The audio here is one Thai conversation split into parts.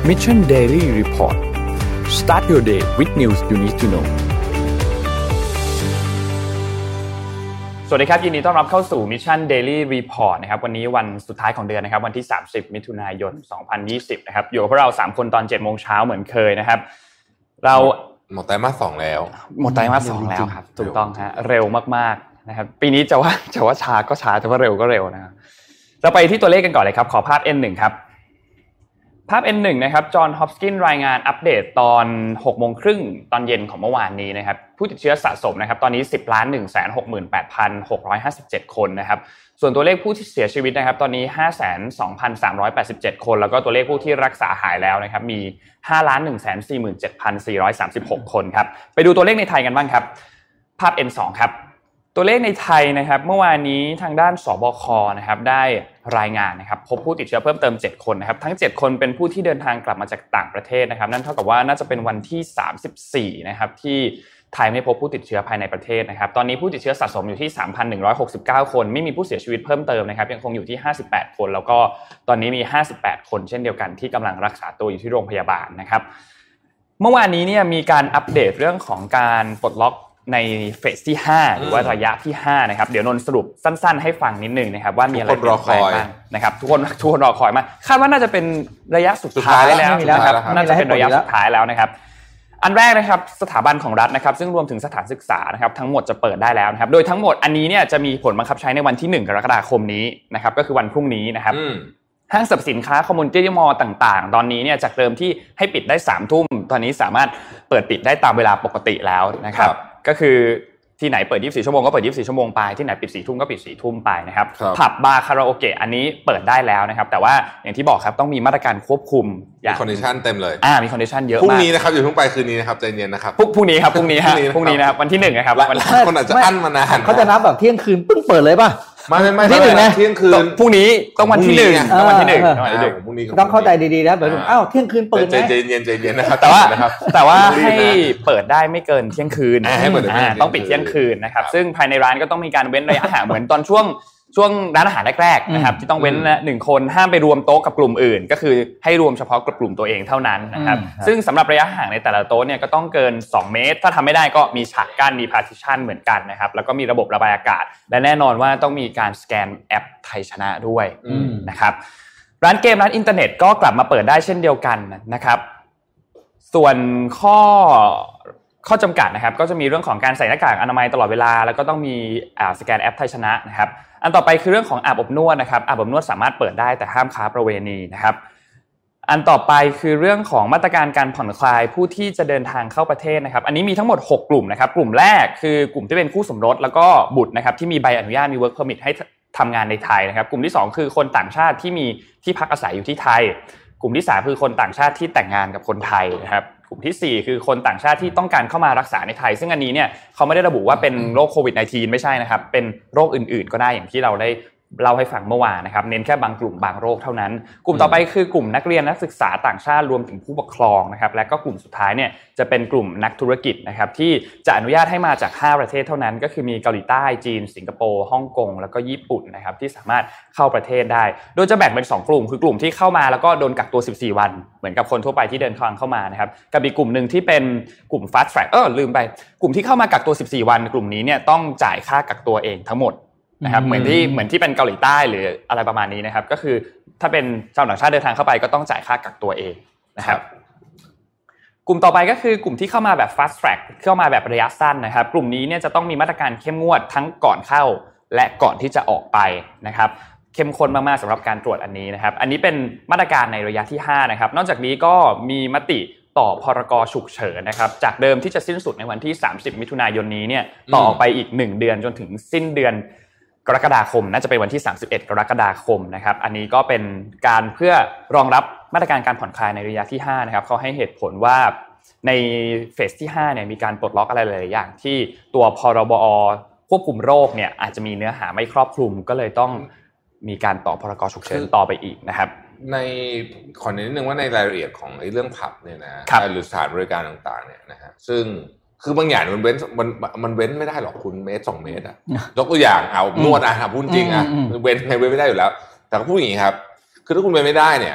Mission Daily Report Start your day with news you need to know สวัสดีครับยินดีต้อนรับเข้าสู่ Mission Daily Report นะครับวันนี้วันสุดท้ายของเดือนนะครับวันที่30มิถุนายน2020นะครับอยู่กับพวกเรา3คนตอน 7:00 นเหมือนเคยนะครับเราหมดไตรมาส2แล้วหมดไตรมาส2แล้วครับถูกต้องฮะเร็วมากๆนะครับปีนี้จะว่าช้าก็ช้าแต่ว่าเร็วก็เร็วนะครับเราไปที่ตัวเลขกันก่อนเลยครับขอภาพ N1 ครับภาพ N1 นะครับจอห์นฮอปกินส์รายงานอัปเดตตอน 6:30 นตอนเย็นของเมื่อวานนี้นะครับผู้ติดเชื้อสะสมนะครับตอนนี้ 10,168,657 คนนะครับส่วนตัวเลขผู้ที่เสียชีวิตนะครับตอนนี้ 52,387 คนแล้วก็ตัวเลขผู้ที่รักษาหายแล้วนะครับมี 5,147,436 คนครับไปดูตัวเลขในไทยกันบ้างครับภาพ N2 ครับตัวเลขในไทยนะครับเมื่อวานนี้ทางด้านสบคนะครับได้รายงานนะครับพบผู้ติดเชื้อเพิ่มเติม7คนนะครับทั้ง7คนเป็นผู้ที่เดินทางกลับมาจากต่างประเทศนะครับนั่นเท่ากับว่าน่าจะเป็นวันที่34นะครับที่ไทยไม่พบผู้ติดเชื้อภายในประเทศนะครับตอนนี้ผู้ติดเชื้อสะสมอยู่ที่ 3,169 คนไม่มีผู้เสียชีวิตเพิ่มเติมนะครับยังคงอยู่ที่58คนแล้วก็ตอนนี้มี58คนเช่นเดียวกันที่กำลังรักษาตัวอยู่ที่โรงพยาบาลนะครับเมื่อวานนี้เนี่ยมีการอัปเดตเรื่องของการปลดล็อกในเฟสที่5หรือว่าระยะที่5นะครับเดี๋ยวนนท์สรุปสั้นๆให้ฟังนิดนึงนะครับว่ามีอะไรเปลี่ยนแปลงบ้างนะครับทุกคนรอคอยมากคาดว่าน่าจะเป็นระยะสุดท้ายแล้วนะครับน่าจะเป็นระยะสุดท้ายแล้วนะครับอันแรกนะครับสถาบันของรัฐนะครับซึ่งรวมถึงสถานศึกษานะครับทั้งหมดจะเปิดได้แล้วนะครับโดยทั้งหมดอันนี้เนี่ยจะมีผลบังคับใช้ในวันที่1กรกฎาคมนี้นะครับก็คือวันพรุ่งนี้นะครับห้างสรรพสินค้าคอมมูนิตี้มอลล์ต่างๆตอนนี้เนี่ยจากเดิมที่ให้ปิดได้ 3 ทุ่มตอนนี้สามารถเปิดปิดได้ตามเวลาปกติแล้วนะครับก็คือที่ไหนเปิด24ชั่วโมงก็เปิด24ชั่วโมงไปที่ไหนปิด4ทุ่มก็ปิด4ทุ่มไปนะครับผับบาร์คาราโอเกะอันนี้เปิดได้แล้วนะครับแต่ว่าอย่างที่บอกครับต้องมีมาตรการควบคุมมีคอนดิชั่นเต็มเลยมีคอนดิชั่นเยอะมากพรุ่งนี้นะครับอย่าเพิ่งไปคืนนี้นะครับใจเย็นนะครับพรุ่งนี้นะครับวันที่1นะครับคนอาจจะอั้นมานานเขาจะนับแบบเที่ยงคืนปึ้งเปิดเลยป่ะไม่ที่1นะเที่ยงคืนพรุ่งนี้ต้องวันที่1ต้องวันที่1 พรุ่งนี้ต้องเข้าใจดีๆนะแบบเที่ยงคืนเปิดใจเย็นนะครับแต่ว่าให้เปิดได้ไม่เกินเที่ยงคืนต้องปิดเที่ยงคืนนะครับซึ่งภายในร้านก็ต้องมีการเว้นระยะห่างเหมือนตอนช่วงร้านอาหารแรกๆนะครับที่ต้องเว้น1คนห้ามไปรวมโต๊ะกับกลุ่มอื่นก็คือให้รวมเฉพาะกับกลุ่มตัวเองเท่านั้นนะครับซึ่งสำหรับระยะห่างในแต่ละโต๊ะเนี่ยก็ต้องเกิน2เมตรถ้าทำไม่ได้ก็มีฉากกั้นมี partition เหมือนกันนะครับแล้วก็มีระบบระบายอากาศและแน่นอนว่าต้องมีการสแกนแอปไทยชนะด้วยนะครับร้านเกมร้านอินเทอร์เน็ตก็กลับมาเปิดได้เช่นเดียวกันนะครับส่วนข้อจำกัดนะครับก็จะมีเรื่องของการใส่หน้ากากอนามัยตลอดเวลาแล้วก็ต้องมีสแกนแอปไทยชนะนะครับอันต่อไปคือเรื่องของอาบอบนวดนะครับอาบอบนวดสามารถเปิดได้แต่ห้ามค้าประเวณีนะครับอันต่อไปคือเรื่องของมาตรการการผ่อนคลายผู้ที่จะเดินทางเข้าประเทศนะครับอันนี้มีทั้งหมด6กลุ่มนะครับกลุ่มแรกคือกลุ่มที่เป็นคู่สมรสแล้วก็บุตรนะครับที่มีใบอนุญาตมี work permit ให้ทำงานในไทยนะครับกลุ่มที่2คือคนต่างชาติที่มีที่พักอาศัยอยู่ที่ไทยกลุ่มที่3คือคนต่างชาติที่แต่งงานกับคนไทยนะครับกลุ่มที่4คือคนต่างชาติที่ต้องการเข้ามารักษาในไทยซึ่งอันนี้เนี่ยเขาไม่ได้ระบุว่าเป็นโรคโควิด -19 ไม่ใช่นะครับเป็นโรคอื่นๆก็ได้อย่างที่เราได้เล่าให้ฟังเมื่อวานนะครับเน้นแค่บางกลุ่มบางโรคเท่านั้นกลุ่มต่อไปคือกลุ่มนักเรียนนักศึกษาต่างชาติรวมถึงผู้ปกครองนะครับและก็กลุ่มสุดท้ายเนี่ยจะเป็นกลุ่มนักธุรกิจนะครับที่จะอนุญาตให้มาจาก5ประเทศเท่านั้นก็คือมีเกาหลีใต้จีนสิงคโปร์ฮ่องกงแล้วก็ญี่ปุ่นนะครับที่สามารถเข้าประเทศได้โดยจะแบ่งเป็น2กลุ่มคือกลุ่มที่เข้ามาแล้วก็โดนกักตัว14วันเหมือนกับคนทั่วไปที่เดินทางเข้ามานะครับกับอีกกลุ่มนึงที่เป็นกลุ่ม fast track ลืมไปกลุ่มที่เข้ามากักตัว14วันกลุ่มนี้เนี่ยต้องจ่ายค่ากักตัวเองทั้งหมดนะครับเหมือนที่เป็นเกาหลีใต้หรืออะไรประมาณนี้นะครับก็คือถ้าเป็นชาวต่างชาติเดินทางเข้าไปก็ต้องจ่ายค่ากักตัวเองนะครับกลุ่มต่อไปก็คือกลุ่มที่เข้ามาแบบ fast track เข้ามาแบบระยะสั้นนะครับกลุ่มนี้เนี่ยจะต้องมีมาตรการเข้มงวดทั้งก่อนเข้าและก่อนที่จะออกไปนะครับเข้มข้นมากๆสำหรับการตรวจอันนี้นะครับอันนี้เป็นมาตรการในระยะที่5นะครับนอกจากนี้ก็มีมติต่อพรกฉุกเฉินนะครับจากเดิมที่จะสิ้นสุดในวันที่30มิถุนายนนี้เนี่ยต่อไปอีก1เดือนจนถึงสิ้นเดือนกรกฎาคมน่าจะเป็นวันที่31กรกฎาคมนะครับอันนี้ก็เป็นการเพื่อรองรับมาตรการการผ่อนคลายในระยะที่5นะครับเขาให้เหตุผลว่าในเฟสที่5เนี่ยมีการปลดล็อกอะไรหลายอย่างที่ตัวพรบควบคุมโรคเนี่ยอาจจะมีเนื้อหาไม่ครอบคลุมก็เลยต้องมีการต่อพรกฉุกเฉินต่อไปอีกนะครับในขอนิดนึงว่าในรายละเอียดของเรื่องผับเนี่ยนะหรือสถานบริการต่างๆเนี่ยนะฮะซึ่งคือบางอย่างมันเว้นไม่ได้หรอกคุณเมตร2เมตรอ่ะยกตัวอย่างเอานวดพูดจริงเว้นไม่ได้อยู่แล้วแต่ก็พูดอย่างนี้ครับคือถ้าคุณเว้นไม่ได้เนี่ย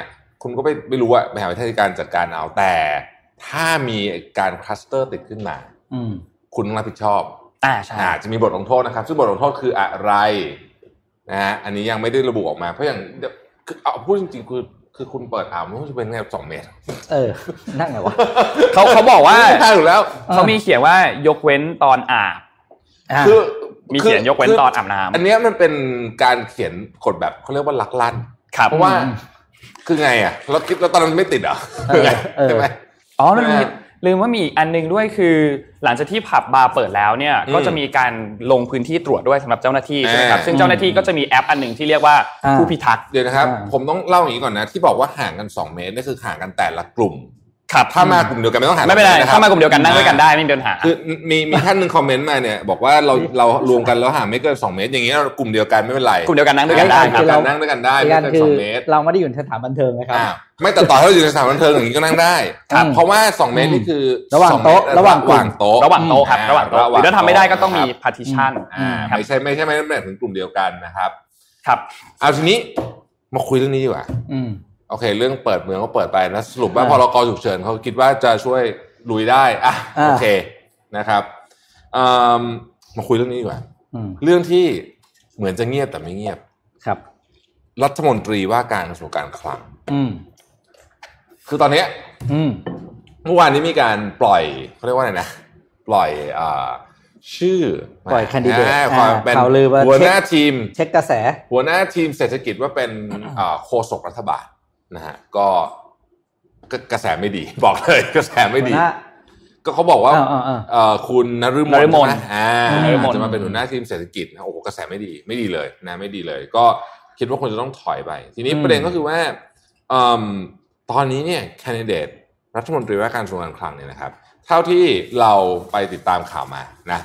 คุณก็ไม่รู้ว่าไปหาวิธีการจัดการเอาแต่ถ้ามีการคลัสเตอร์ติดขึ้นมาคุณต้องรับผิดชอบใช่จะมีบทลงโทษนะครับซึ่งบทลงโทษคืออะไรนะฮะอันนี้ยังไม่ได้ระบุออกมาเพราะอย่างคือเอาพูดจริงๆคือคุณเปิดอ่านมันจะเป็นแค่2 เมตรนั่งไงวะเขาบอกว่าใช่อยู่แล้วเขามีเขียนว่ายกเว้นตอนอาบคือมีเขียนยกเว้นตอนอาบน้ำอันนี้มันเป็นการเขียนกฎแบบเขาเรียกว่าลักลั่นเพราะว่าคือไงอ่ะเราคิดแล้วตอนนั้นไม่ติดเหรอใช่ไหมมันมีลืมว่ามีอีกอันนึงด้วยคือหลังจากที่ผับบาร์เปิดแล้วเนี่ยก็จะมีการลงพื้นที่ตรวจด้วยสำหรับเจ้าหน้าที่ใช่ไหมครับซึ่งเจ้าหน้าที่ก็จะมีแอปอันนึงที่เรียกว่าผู้พิทักษ์เดี๋ยวนะครับผมต้องเล่าอย่างนี้ก่อนนะที่บอกว่าห่างกัน2 เมตรนี่คือห่างกันแต่ละกลุ่มถ้ามากลุ่มเดียวกันไม่ต้องห่างไม่เป็นไรถ้ามากลุ่มเดียวกันนั่งด้วยกันได้ไม่มีปัญหาคือมีท่านนึงคอมเมนต์มาเนี่ยบอกว่าเรารวมกันแล้วห่างไม่เกิน2 เมตรอย่างเงี้ยกลุ่มเดียวกันไม่เป็นไรกลุ่มเดียวกันนั่งด้วยกันได้ครับนั่งด้วยกันได้ไม่เกิน2 เมตรเราไม่ได้อยู่ในสถานบันเทิงนะครับไม่แต่ต่อให้เราอยู่ในสถานบันเทิงอย่างนี้ก็นั่งได้เพราะว่า2 เมตรนี่คือระหว่างโต๊ะระหว่างโต๊ะครับระหว่างโต๊ะหรือถ้าทำไม่ได้ก็ต้องมี partition ไม่ใช่ไม่ได้ถึงกลุ่มเดียวกันนะครับครับเอาทีนี้มาคุยเรื่องนี้ดีกว่าโอเคเรื่องเปิดเมืองก็เปิดไปนะสรุปว่าพรก.ฉุกเฉินเขาคิดว่าจะช่วยลุยได้โอเคนะครับมาคุยเรื่องนี้ดีกว่าเรื่องที่เหมือนจะเงียบแต่ไม่เงียบครับรัฐมนตรีว่าการกระทรวงการคลังคือตอนนี้เมื่อวานนี้มีการปล่อยเขาเรียกว่าอะไรนะปล่อยชื่อปล่อยแคนดิเดตเป็นหัวหน้าทีมเช็คกระแสหัวหน้าทีมเศรษฐกิจว่าเป็นโฆษกรัฐบาลนะฮะก็กระแสไม่ดีบอกเลยกระแสไม่ดีก็เขาบอกว่าคุณนฤมลจะมาเป็นหัวหน้าทีมเศรษฐกิจโอ้โหกระแสไม่ดีเลยนะไม่ดีเลยก็คิดว่าควรจะต้องถอยไปทีนี้ประเด็นก็คือว่าตอนนี้เนี่ยแคนดิเดตรัฐมนตรีว่าการกระทรวงการคลังเนี่ยนะครับเท่าที่เราไปติดตามข่าวมานะ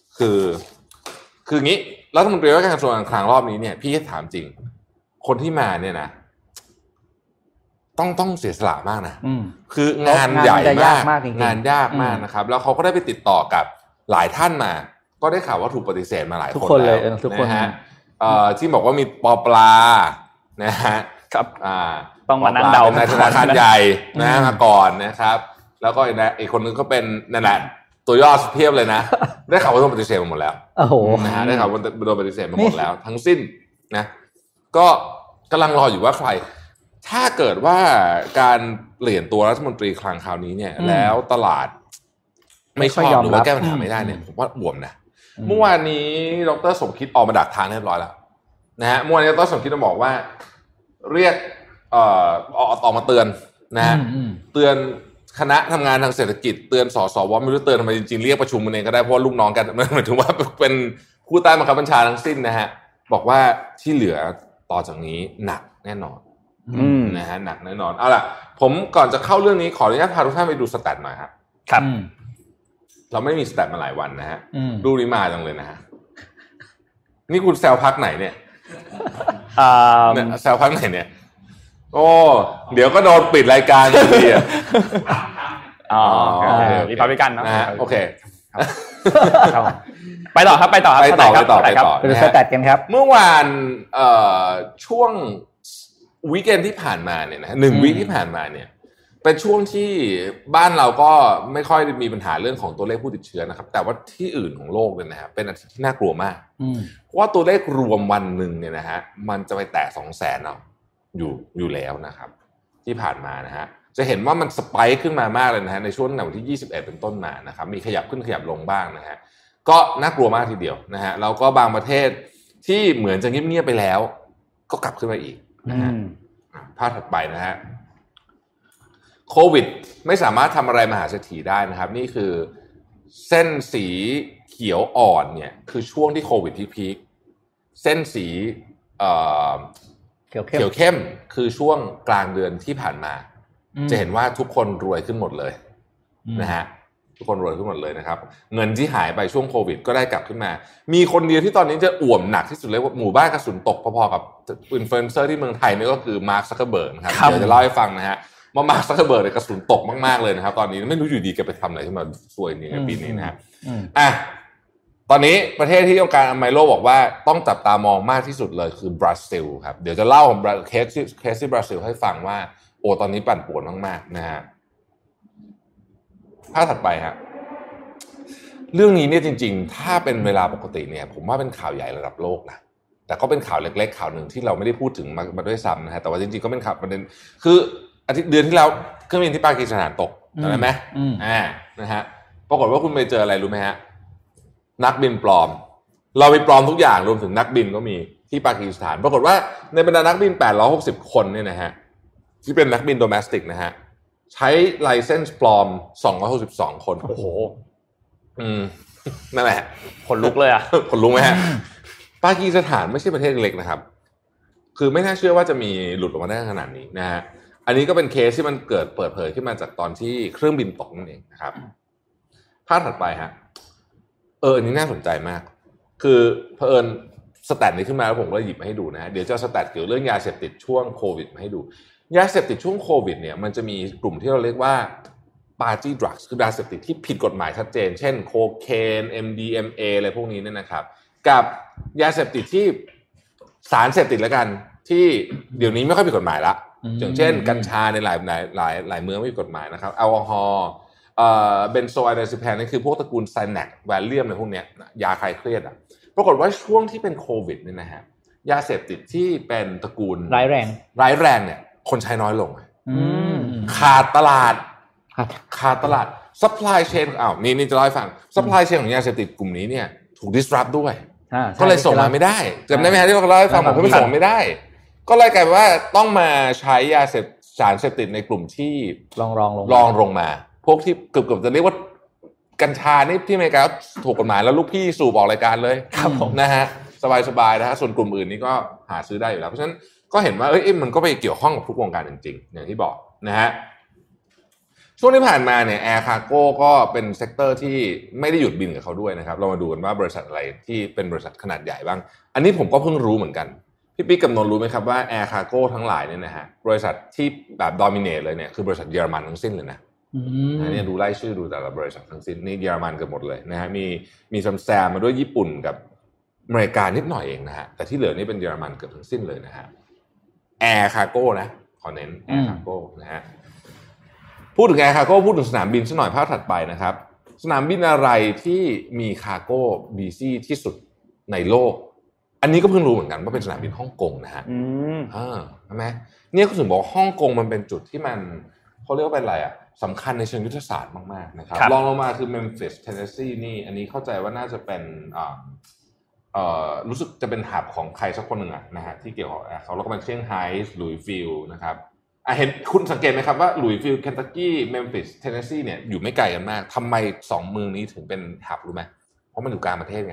คืองี้รัฐมนตรีว่าการกระทรวงการคลังรอบนี้เนี่ยพี่ถามจริงคนที่มาเนี่ยนะต้องเสียสละมากนะคืองานใหญ่มากงานยากมากนะครับแล้วเขาก็ได้ไปติดต่อกับหลายท่านมาก็ได้ข่าวว่าถูกปฏิเสธมาหลายคนแล้วนะฮะที่บอกว่ามีปปลานะฮะครับต้องมานั่งเดาในธนาคารใหญ่นะมาก่อนนะครับแล้วก็อีกคนนึงก็เป็นนั่นแหละตัวย่อเพียบเลยนะได้ข่าวว่าโดนปฏิเสธมาหมดแล้วนะฮะได้ข่าวว่าโดนปฏิเสธมาหมดแล้วทั้งสิ้นนะก็กำลังรออยู่ว่าใครถ้าเกิดว่าการเปลี่ยนตัวรัฐมนตรีคลังคราวนี้เนี่ยแล้วตลาดไม่ชอบหรือว่าแก้ปัญหาไม่ได้เนี่ยผมว่าบวมนะเมื่อวานนี้ดร.สมคิดออกมาดักทางเรียบร้อยแล้วนะฮะเมื่อวานนี้ดร.สมคิดบอกว่าเรียกออกมาเตือนนะฮะเตือนคณะทำงานทางเศรษฐกิจเตือนสสว.ไม่รู้เตือนทำไมจริงๆเรียกประชุมกันเองก็ได้เพราะลูกน้องกันหมายถึงว่าเป็นผู้ใต้บังคับบัญชาทั้งสิ้นนะฮะบอกว่าที่เหลือต่อจากนี้หนักแน่นอนนะฮะหนักแน่นอนเอาล่ะผมก่อนจะเข้าเรื่องนี้ขออนุญาตพาทุกท่านไปดูสแตทหน่อยครับครับเราไม่มีสแตทมาหลายวันนะฮะดูนี้มาจังเลยนะฮะนี่คุณแซวพักไหนเนี่ยแซวพักไหนเนี่ยโอ้เดี๋ยวก็โดนปิดรายการอยู่ดีอ่ะมีพับกันนะฮะโอเคไปต่อครับไปต่อเป็นสแตทกันครับเมื่อวานช่วงวีคเอนด์ที่ผ่านมาเนี่ยนะ1 วีคที่ผ่านมาเนี่ยเป็นช่วงที่บ้านเราก็ไม่ค่อยมีปัญหาเรื่องของตัวเลขผู้ติดเชื้อนะครับแต่ว่าที่อื่นของโลกเนี่ยนะฮะเป็นอาทิตย์ที่น่ากลัวมากเพราะว่าตัวเลขรวมวันหนึ่งเนี่ยนะฮะมันจะไปแตะ 200,000 เอาอยู่แล้วนะครับที่ผ่านมานะฮะจะเห็นว่ามันสไปค์ขึ้นมามากเลยนะฮะในช่วงวันที่21เป็นต้นมานะครับมีขยับขึ้นขยับลงบ้างนะฮะก็น่ากลัวมากทีเดียวนะฮะแล้วก็บางประเทศที่เหมือนจะเงียบๆไปแล้วก็กลับขึ้นมาอีกนะฮะภาพถัดไปนะฮะโควิดไม่สามารถทำอะไรมหาเศรษฐีได้นะครับนี่คือเส้นสีเขียวอ่อนเนี่ยคือช่วงที่โควิดพีคเส้นสีเขียวเข้มคือช่วงกลางเดือนที่ผ่านมาจะเห็นว่าทุกคนรวยขึ้นหมดเลยนะฮะทุกคนรวยขึ้นหมดเลยนะครับเงินที่หายไปช่วงโควิดก็ได้กลับขึ้นมามีคนเดียวที่ตอนนี้จะอ่วมหนักที่สุดเลยว่าหมู่บ้านกระสุนตกพอๆกับอินฟลูเอนเซอร์ที่เมืองไทยนี่ก็คือมาร์ค ซักเคอร์เบิร์กนะครับเดี๋ยวจะเล่าให้ฟังนะฮะว่ามาร์ค ซักเคอร์เบิร์กเนี่ยกระสุนตกมากๆเลยนะครับตอนนี้ไม่รู้อยู่ดีแกไปทำอะไรขึ้นมาซวยนี่ปีนี้นะฮะตอนนี้ประเทศที่องค์การอนามัยโลกบอกว่าต้องจับตามองมากที่สุดเลยคือบราซิลครับเดี๋ยวจะเล่าเคสที่บราซิลให้ฟังว่าโอ้ตอนนี้ปั่นป่วนมากๆนะฮะภาพถัดไปฮะเรื่องนี้เนี่ยจริงๆถ้าเป็นเวลาปกติเนี่ยผมว่าเป็นข่าวใหญ่ระดับโลกนะแต่ก็เป็นข่าวเล็กๆข่าวหนึ่งที่เราไม่ได้พูดถึงมาด้วยซ้ำนะฮะแต่ว่าจริงๆก็เป็นข่าวประเด็นคือเดือนที่แล้วเครื่องบินที่ปากีสถานตกจำได้ไหมนะฮะปรากฏว่าคุณไปเจออะไรรู้ไหมฮะนักบินปลอมเราไปปลอมทุกอย่างรวมถึงนักบินก็มีที่ปากีสถานปรากฏว่าในบรรดานักบิน860คนเนี่ยนะฮะที่เป็นนักบินโดเมสติกนะฮะใช้ไลเซนส์ปลอม262คนโอ้โหนั่นแหละขนลุกเลยอ่ะขนลุกไหมฮะปากีสถานไม่ใช่ประเทศเล็กนะครับคือไม่น่าเชื่อว่าจะมีหลุดออกมาได้ขนาดนี้นะฮะอันนี้ก็เป็นเคสที่มันเกิดเปิดเผยขึ้นมาจากตอนที่เครื่องบินตกนั่นเองนะครับภาพถัดไปฮะอันนี้น่าสนใจมากคือเผอิญสแตทนี้ขึ้นมาแล้วผมก็หยิบมาให้ดูนะฮะเดี๋ยวจะสแตทเกี่ยวเรื่องยาเสพติดช่วงโควิดมาให้ดูยาเสพติดช่วงโควิดเนี่ยมันจะมีกลุ่มที่เราเรียกว่าparty drugs คือยาเสพติดที่ผิดกฎหมายชัดเจนเช่นโคเคน MDMA อะไรพวกนี้เนี่ยนะครับกับยาเสพติดที่สารเสพติดแล้วกันที่เดี๋ยวนี้ไม่ค่อยผิดกฎหมายละอย่างเช่นกัญชาในหลายเมืองไม่ผิดกฎหมายนะครับแอลกอฮอล์เบนโซไอเดซิแพนนี่คือพวกตระกูลไซแนกแวลเลียมอะไรพวกนี้ยาคลายเครียดอ่ะปรากฏว่าช่วงที่เป็นโควิดเนี่ยนะฮะยาเสพติดที่เป็นตระกูลร้ายแรงเนี่ยคนใช้น้อยลงขาดตลาดซัพพลายเชนนี่จะเล่าให้ฟังซัพพลายเชนของยาเสพติดกลุ่มนี้เนี่ยถูก disrupt ด้วยก็เลยส่งมาไม่ได้จำได้ไหมฮะที่เราเล่าให้ฟังผมก็ไม่ส่งไม่ได้ก็เลยกลายเป็นว่าต้องมาใช้สารเสพติดในกลุ่มที่ลงมาพวกที่เกือบจะเรียกว่ากัญชานี่ที่อเมริกาถูกกฎหมายแล้วลูกพี่สูบออกรายการเลยครับผมนะฮะสบายๆนะฮะส่วนกลุ่มอื่นนี่ก็หาซื้อได้อยู่แล้วเพราะฉะนั้นก็เห็นว่ามันก็ไปเกี่ยวข้องกับทุกวงการจริงๆอย่างที่บอกนะฮะช่วงที่ผ่านมาเนี่ยแอร์คาร์โก้ก็เป็นเซกเตอร์ที่ไม่ได้หยุดบินกับเขาด้วยนะครับเรามาดูกันว่าบริษัทอะไรที่เป็นบริษัทขนาดใหญ่บ้างอันนี้ผมก็เพิ่งรู้เหมือนกันพี่ปิ๊กกับนนท์รู้ไหมครับว่าแอร์คาร์โก้ทั้งหลายเนี่ยนะฮะบริษัทที่แบบดอมิเนตเลยเนี่ยคือบริษัทเยอรมันทั้งสิ้นเลยนะเนี่ยดูไล่ชื่อดูแต่ละบริษัททั้งสิ้นนี่เยอรมันกันหมดเลยนะฮะมีแซมมาด้วยญี่ปุ่นกับอเมริกานิดหน่อยเองนะฮะแต่ที่เหลือนี่เป็นเยอรมันเกือบทั้งสิ้นเลยนะฮะแอร์คาร์โก้นะขอเน้นแอร์คาร์โก้นะฮะพูดถึงแอร์คาร์โก้พูดถึงสนามบินสักหน่อยภาพถัดไปนะครับสนามบินอะไรที่มีคาร์โก้บีซี่ที่สุดในโลกอันนี้ก็เพิ่งรู้เหมือนกันว่าเป็นสนามบินฮ่องกงนะฮะใช่ไหมเนี่ยก็ถึงบอกฮ่องกงมันเป็นจุดที่มันเขาเรียกว่าเป็นอะไรอ่ะสำคัญในเชิงยุทธศาสตร์มากๆนะครับรองลงมาคือเมมฟิสเทนเนสซีนี่อันนี้เข้าใจว่าน่าจะเป็นรู้สึกจะเป็นหับของใครสักคนหนึ่งนะฮะที่เกี่ยวกับเขาแล้วก็เป็นเซี่ยงไฮ้หลุยส์วิลล์นะครับเห็นคุณสังเกตไหมครับว่าหลุยส์วิลล์เคนตักกี้เมมฟิสเทนเนสซีเนี่ยอยู่ไม่ไกลกันมากทำไม2เมืองนี้ถึงเป็นหับรู้ไหมเพราะมันอยู่กลางประเทศไง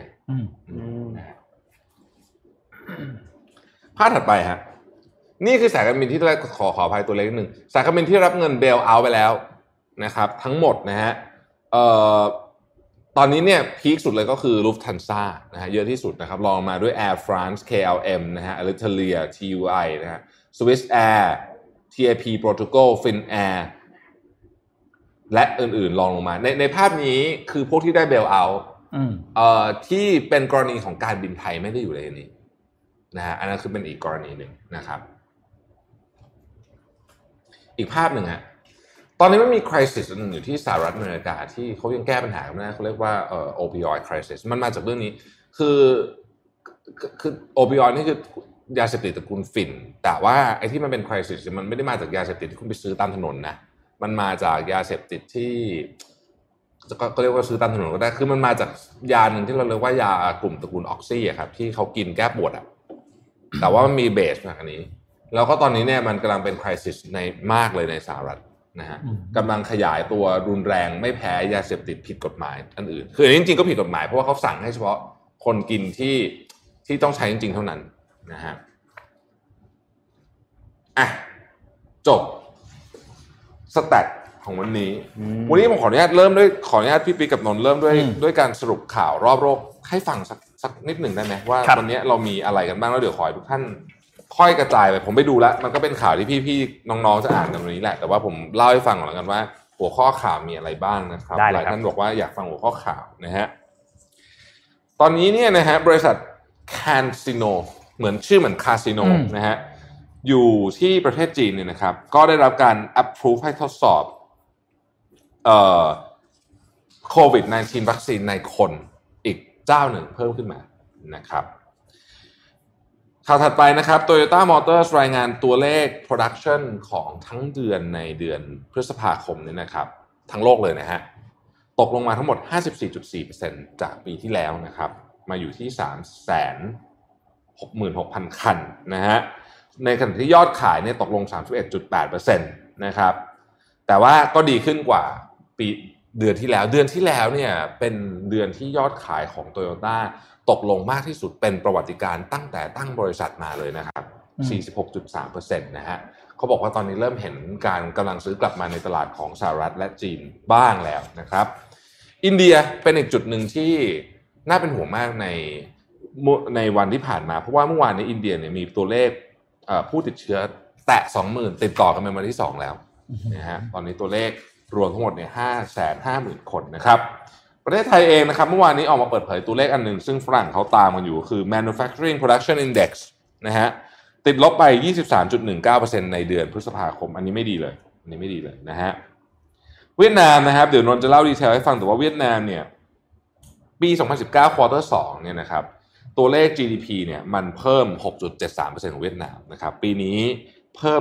ภาพถัดไปฮะนี่คือสายการบินที่ขออภัยตัวเล็กนิดนึงสายการบินที่รับเงินเบลเอาท์ไปแล้วนะครับทั้งหมดนะฮะตอนนี้เนี่ยพีคสุดเลยก็คือ Lufthansa นะฮะเยอะที่สุดนะครับรองมาด้วย Air France KLM นะฮะ Alitalia TUI นะฮะ Swiss Air TAP Portugal Finnair และอื่นๆรองลงมาในภาพนี้คือพวกที่ได้เบลเอาท์ที่เป็นกรณีของการบินไทยไม่ได้อยู่ในนี้นะฮะอันนั้นคือเป็นอีกกรณีหนึ่งนะครับอีกภาพหนึ่งฮะตอนนี้มันมี crisis หนึ่งอยู่ที่สหรัฐอเมริกาที่เขายังแก้ปัญหาไม่ได้เขาเรียกว่าopioid crisis มันมาจากเรื่องนี้คือ opioid นี่คือยาเสพติดตระกูลฝิ่นแต่ว่าไอ้ที่มันเป็น crisis มันไม่ได้มาจากยาเสพติดที่คุณไปซื้อตามถนนนะมันมาจากยาเสพติดที่ก็เรียกว่าซื้อตามถนนก็ได้คือมันมาจากยาหนึ่งที่เราเรียกว่ายากลุ่มตระกูลออกซี่ครับที่เขากินแก้ปวดอ่ะแต่ว่ามันมีเบสมาอันนี้แล้วก็ตอนนี้เนี่ยมันกำลังเป็น crisis ในมากเลยในสหรัฐนะฮะกำลังขยายตัวรุนแรงไม่แพ้ยาเสพติดผิดกฎหมายอันอื่นคืออันนี้จริงๆก็ผิดกฎหมายเพราะว่าเขาสั่งให้เฉพาะคนกินที่ต้องใช้จริงๆเท่านั้นนะฮะจบสแตทของวันนี้ผมขออนุญาตพี่ปิ๊กกับนนท์เริ่มด้วยการสรุปข่าวรอบโลกให้ฟังสักนิดหนึ่งได้ไหมว่าวันนี้เรามีอะไรกันบ้างแล้วเดี๋ยวขอให้ทุกท่านค่อยกระจายไปผมไปดูแล้วมันก็เป็นข่าวที่พี่ๆน้องๆจะอ่านกันวันนี้แหละแต่ว่าผมเล่าให้ฟังก่อนแล้วกันว่าหัวข้อข่าวมีอะไรบ้างนะครับหลายท่านบอกว่าอยากฟังหัวข้อข่าวนะฮะตอนนี้เนี่ยนะฮะบริษัทคาสิโนเหมือนชื่อเหมือนคาสิโนนะฮะอยู่ที่ประเทศจีนเนี่ยนะครับก็ได้รับการ approve ให้ทดสอบโควิด -19 วัคซีนในคนอีกเจ้าหนึ่งเพิ่มขึ้นมานะครับข่าวถัดไปนะครับ Toyota Motors รายงานตัวเลข production ของทั้งเดือนในเดือนพฤษภาคมนี้นะครับทั้งโลกเลยนะฮะตกลงมาทั้งหมด 54.4% จากปีที่แล้วนะครับมาอยู่ที่ 366,000 คันนะฮะในขณะที่ยอดขายเนี่ยตกลง 31.8% นะครับแต่ว่าก็ดีขึ้นกว่าปีเดือนที่แล้วเนี่ยเป็นเดือนที่ยอดขายของ Toyota ตกลงมากที่สุดเป็นประวัติการณ์ตั้งแต่ตั้งบริษัทมาเลยนะครับ 46.3% นะฮะเขาบอกว่าตอนนี้เริ่มเห็นการกำลังซื้อกลับมาในตลาดของสหรัฐและจีนบ้างแล้วนะครับอินเดียเป็นอีกจุดหนึ่งที่น่าเป็นห่วงมากในวันที่ผ่านมาเพราะว่าเมื่อวานนี้อินเดียเนี่ยมีตัวเลขผู้ติดเชื้อแตะ 20,000 ติดต่อกันเป็นวันที่2แล้วนะฮะตอนนี้ตัวเลขรวมทั้งหมดเนี่ย 550,000 คนนะครับประเทศไทยเองนะครับเมื่อวานนี้ออกมาเปิดเผยตัวเลขอันหนึ่งซึ่งฝรั่งเขาตามกันอยู่คือ Manufacturing Production Index นะฮะติดลบไป 23.19% ในเดือนพฤษภาคมอันนี้ไม่ดีเลยนะฮะเวียดนามนะครับเดี๋ยวนนท์จะเล่าดีเทลให้ฟังแต่ว่าเวียดนามเนี่ยปี2019 ควอเตอร์2เนี่ยนะครับตัวเลข GDP เนี่ยมันเพิ่ม 6.73% ของเวียดนามนะครับปีนี้เพิ่ม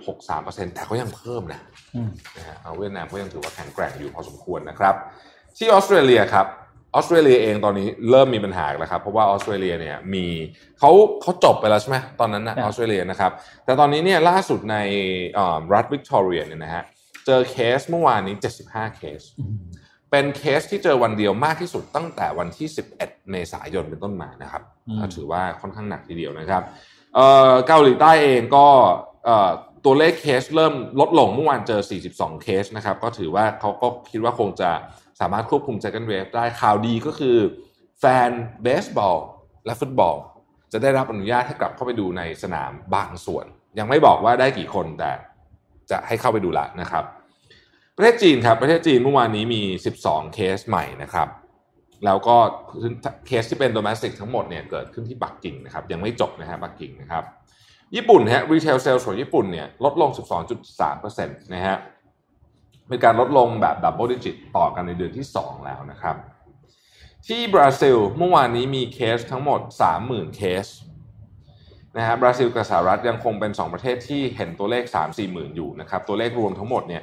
0.63% แต่ก็ยังเพิ่มนะฮะเวียดนามก็ยังถือว่าแข็งแกร่งอยู่พอสมควรนะครับที่ออสเตรเลียครับออสเตรเลียเองตอนนี้เริ่มมีปัญหาแล้วครับเพราะว่าออสเตรเลียเนี่ยมีเขาจบไปแล้วใช่ไหมตอนนั้นนะออสเตรเลียนะครับแต่ตอนนี้เนี่ยล่าสุดในรัฐวิกตอเรียเนี่ยนะฮะเจอเคสเมื่อวานนี้75เคสเป็นเคสที่เจอวันเดียวมากที่สุดตั้งแต่วันที่11เมษายนเป็นต้นมานะครับถือว่าค่อนข้างหนักทีเดียวนะครับเกาหลีใต้เองก็ตัวเลขเคสเริ่มลดลงเมื่อวานเจอ42เคสนะครับก็ถือว่าเขาก็คิดว่าคงจะสามารถควบคุม second wave ได้ข่าวดีก็คือแฟนเบสบอลและฟุตบอลจะได้รับอนุญาตให้กลับเข้าไปดูในสนามบางส่วนยังไม่บอกว่าได้กี่คนแต่จะให้เข้าไปดูละนะครับประเทศจีนครับประเทศจีนเมื่อวานนี้มี12เคสใหม่นะครับแล้วก็เคสที่เป็น domestic ทั้งหมดเนี่ยเกิดขึ้นที่ปักกิ่งนะครับยังไม่จบนะฮะปักกิ่งนะครับญี่ปุ่นฮะ retail sales ของญี่ปุ่นเนี่ยลดลง 12.3% นะฮะเป็นการลดลงแบบ double digit ต่อกันในเดือนที่2แล้วนะครับที่บราซิลเมื่อวานนี้มีเคสทั้งหมด 30,000 เคสนะฮะบราซิลกับสหรัฐยังคงเป็น2ประเทศที่เห็นตัวเลข 3-4 หมื่นอยู่นะครับตัวเลขรวมทั้งหมดเนี่ย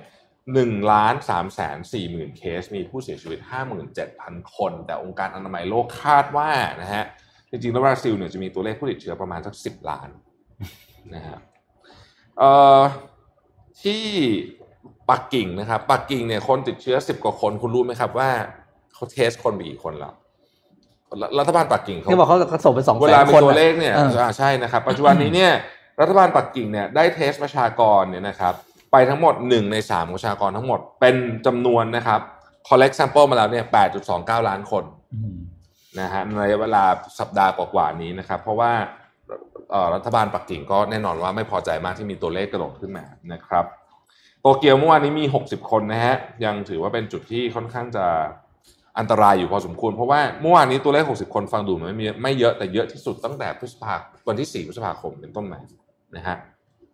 1,340,000 เคสมีผู้เสียชีวิต 57,000 คนแต่องค์การอนามัยโลกคาดว่านะฮะจริงๆแล้วบราซิลเนี่ยจะมีตัวเลขผู้ติดเชื้อประมาณสัก10 ล้านนะฮะที่ปักกิ่งนะครับปักกิ่งเนี่ยคนติดเชื้อ10 กว่าคนคุณรู้ไหมครับว่าเขาเทสคนไปกี่คนแล้วรัฐบาลปักกิ่งเขาบอกเขาส่งไป200,000คนเวลามีตัวเลขเนี่ยใช่นะครับปัจจุบันนี้เนี่ยรัฐบาลปักกิ่งเนี่ยได้เทสประชากรเนี่ยนะครับไปทั้งหมด1ใน3ประชากรทั้งหมดเป็นจำนวนนะครับ collect sample มาแล้วเนี่ย 8.29 ล้านคนนะฮะในเวลาสัปดาห์กว่าๆนี้นะครับเพราะว่ารัฐบาลปักกิ่งก็แน่นอนว่าไม่พอใจมากที่มีตัวเลขกระโดดขึ้นมานะครับโตเกียวเมื่อวานนี้มี60คนนะฮะยังถือว่าเป็นจุดที่ค่อนข้างจะอันตรายอยู่พอสมควรเพราะว่าเมื่อวานนี้ตัวเลข60คนฟังดูไม่เยอะแต่เยอะที่สุดตั้งแต่วันที่4 พฤษภาคมเป็นต้นมานะฮะ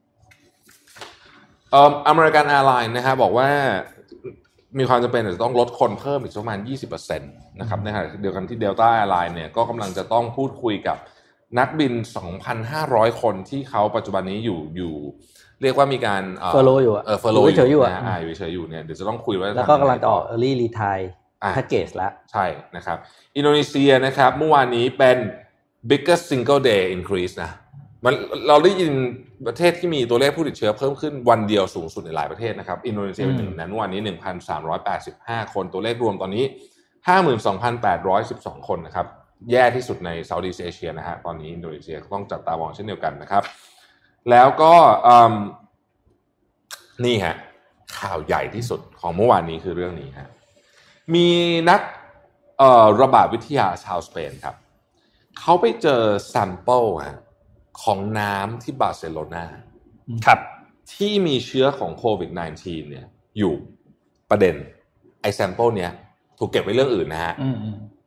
อเมริกันแอร์ไลน์นะฮะบอกว่ามีความจำเป็นจะต้องลดคนเพิ่มอีกประมาณ 20% นะครับในขณะเดียวกันที่ Delta Airline เนี่ยก็กำลังจะต้องพูดคุยกับนักบิน 2,500 คนที่เขาปัจจุบันนี้อยู่เรียกว่ามีการเฟอร์โลอยู่เฟอร์โลอยู่อยู่เฉยอยู่เนี่ยเดี๋ยวจะต้องคุยว่าแล้วก็กำลังจะออก early retire package แล้วใช่นะครับอินโดนีเซียนะครับเมื่อวานนี้เป็น biggest single day increase นะเราได้ยินประเทศที่มีตัวเลขผู้ติดเชื้อเพิ่มขึ้นวันเดียวสูงสุดในหลายประเทศนะครับอินโดนีเซียเป็นหนึ่งนั้นวันนี้ 1,385 คนตัวเลขรวมตอนนี้ 52,812 คนนะครับแย่ที่สุดในเซาท์อีสต์เอเชียนะฮะตอนนี้อินโดนีเซียต้องจับตามองเช่นเดียวกันนะครับแล้วก็นี่ฮะข่าวใหญ่ที่สุดของเมื่อวานนี้คือเรื่องนี้ฮะมีนักระบาดวิทยาชาวสเปนครับเขาไปเจอแซมเปิลของน้ำที่บาร์เซโลนาครับที่มีเชื้อของโควิด -19 เนี่ยอยู่ประเด็นไอ้แซมเปิลเนี้ยถูกเก็บไว้เรื่องอื่นนะฮะ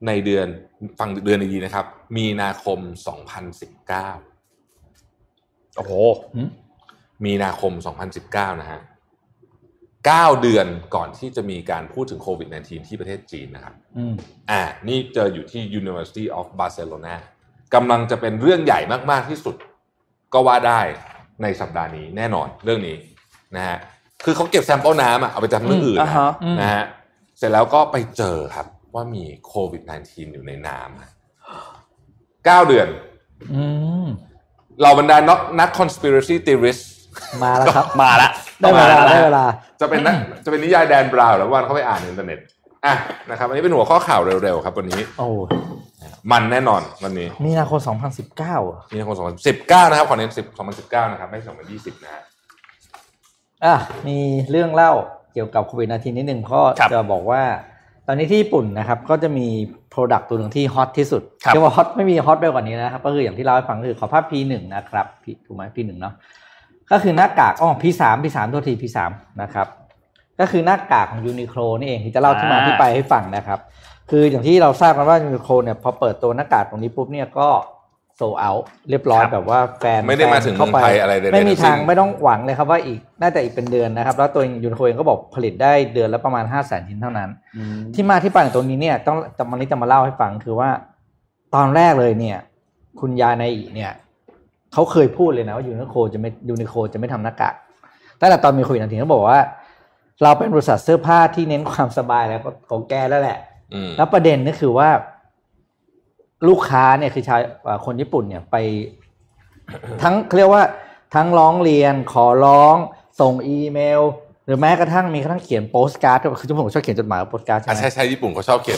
ในเดือนฟังเดือนดีๆนะครับมีนาคม2019 โอ้โหมีนาคม2019นะฮะ9เดือนก่อนที่จะมีการพูดถึงโควิด -19 ที่ประเทศจีนนะครับนี่เจออยู่ที่ University of Barcelona กำลังจะเป็นเรื่องใหญ่มากๆที่สุดก็ว่าได้ในสัปดาห์นี้แน่นอนเรื่องนี้นะฮะคือเขาเก็บแซมเปิลน้ำเอาไปทำเรื่องอื่นนะฮะเสร็จแล้วก็ไปเจอครับว่ามีโควิด -19 อยู่ในน้ำ9เดือนเราบรรดานัก conspiracy theorist มาแล้วครับมาแล้วได้เวลาจะเป็นนิยายแดนบราวน์แล้ววันเขาไปอ่านในอินเทอร์เน็ตนะครับอันนี้เป็นหัวข้อข่าวเร็วๆครับวันนี้มันแน่นอนวันนี้มีนาคม2019 มีนาคม2019นะครับขอเน้น2019นะครับไม่2020นะฮะมีเรื่องเล่าเกี่ยวกับโควิด-19 นิดนึงเพราะจะบอกว่าตอนนี้ที่ญี่ปุ่นนะครับก็จะมี product ตัวหนึ่งที่ฮอตที่สุดเรียกว่าฮอตไม่มีฮอตไปกว่านี้นะครับก็คืออย่างที่เราให้ฟังคือขอภาพ P1 นะครับถูกไหม P1 เนาะก็คือหน้ากากP3 ตัวที P3 นะครับก็คือหน้ากากของ Uniqlo นี่เองที่จะเล่าที่มาที่ไปให้ฟังนะครับคืออย่างที่เราทราบกันว่า Uniqlo เนี่ยพอเปิดตัวหน้ากากตรงนี้ปุ๊บเนี่ยก็โซลเอาท์เรียบร้อยแบบว่าแฟนไม่ได้มาถึงเมืองไทยอะไรเลยไม่มีทางไม่ต้องหวังเลยครับว่าอีกน่าจะอีกเป็นเดือนนะครับแล้วตัว Uniqlo เองก็บอกผลิตได้เดือนละประมาณ 500,000 ชิ้นเท่านั้นที่มาที่ไปของตัวนี้เนี่ยต้องวันนี้จะมาเล่าให้ฟังคือว่าตอนแรกเลยเนี่ยคุณยายในอีเนี่ยเขาเคยพูดเลยนะว่ายูนิโคจะไม่ทำหน้ากากตั้งแต่ตอนมีโควิด-19เขาบอกว่าเราเป็นบริษัทเสื้อผ้าที่เน้นความสบายแล้วก็ของแกแล้วแหละแล้วประเด็นก็คือว่าลูกค้าเนี่ยคือชาวคนญี่ปุ่นเนี่ยไปทั้งเรียกว่าทั้งร้องเรียนขอร้องส่งอีเมลหรือแม้กระทั่งมีกระทั่งเขียนโปสการ์ดคือทุกคนชอบเขียนจดหมายโปสการ์ดใช่ญี่ปุ่นเขาชอบเ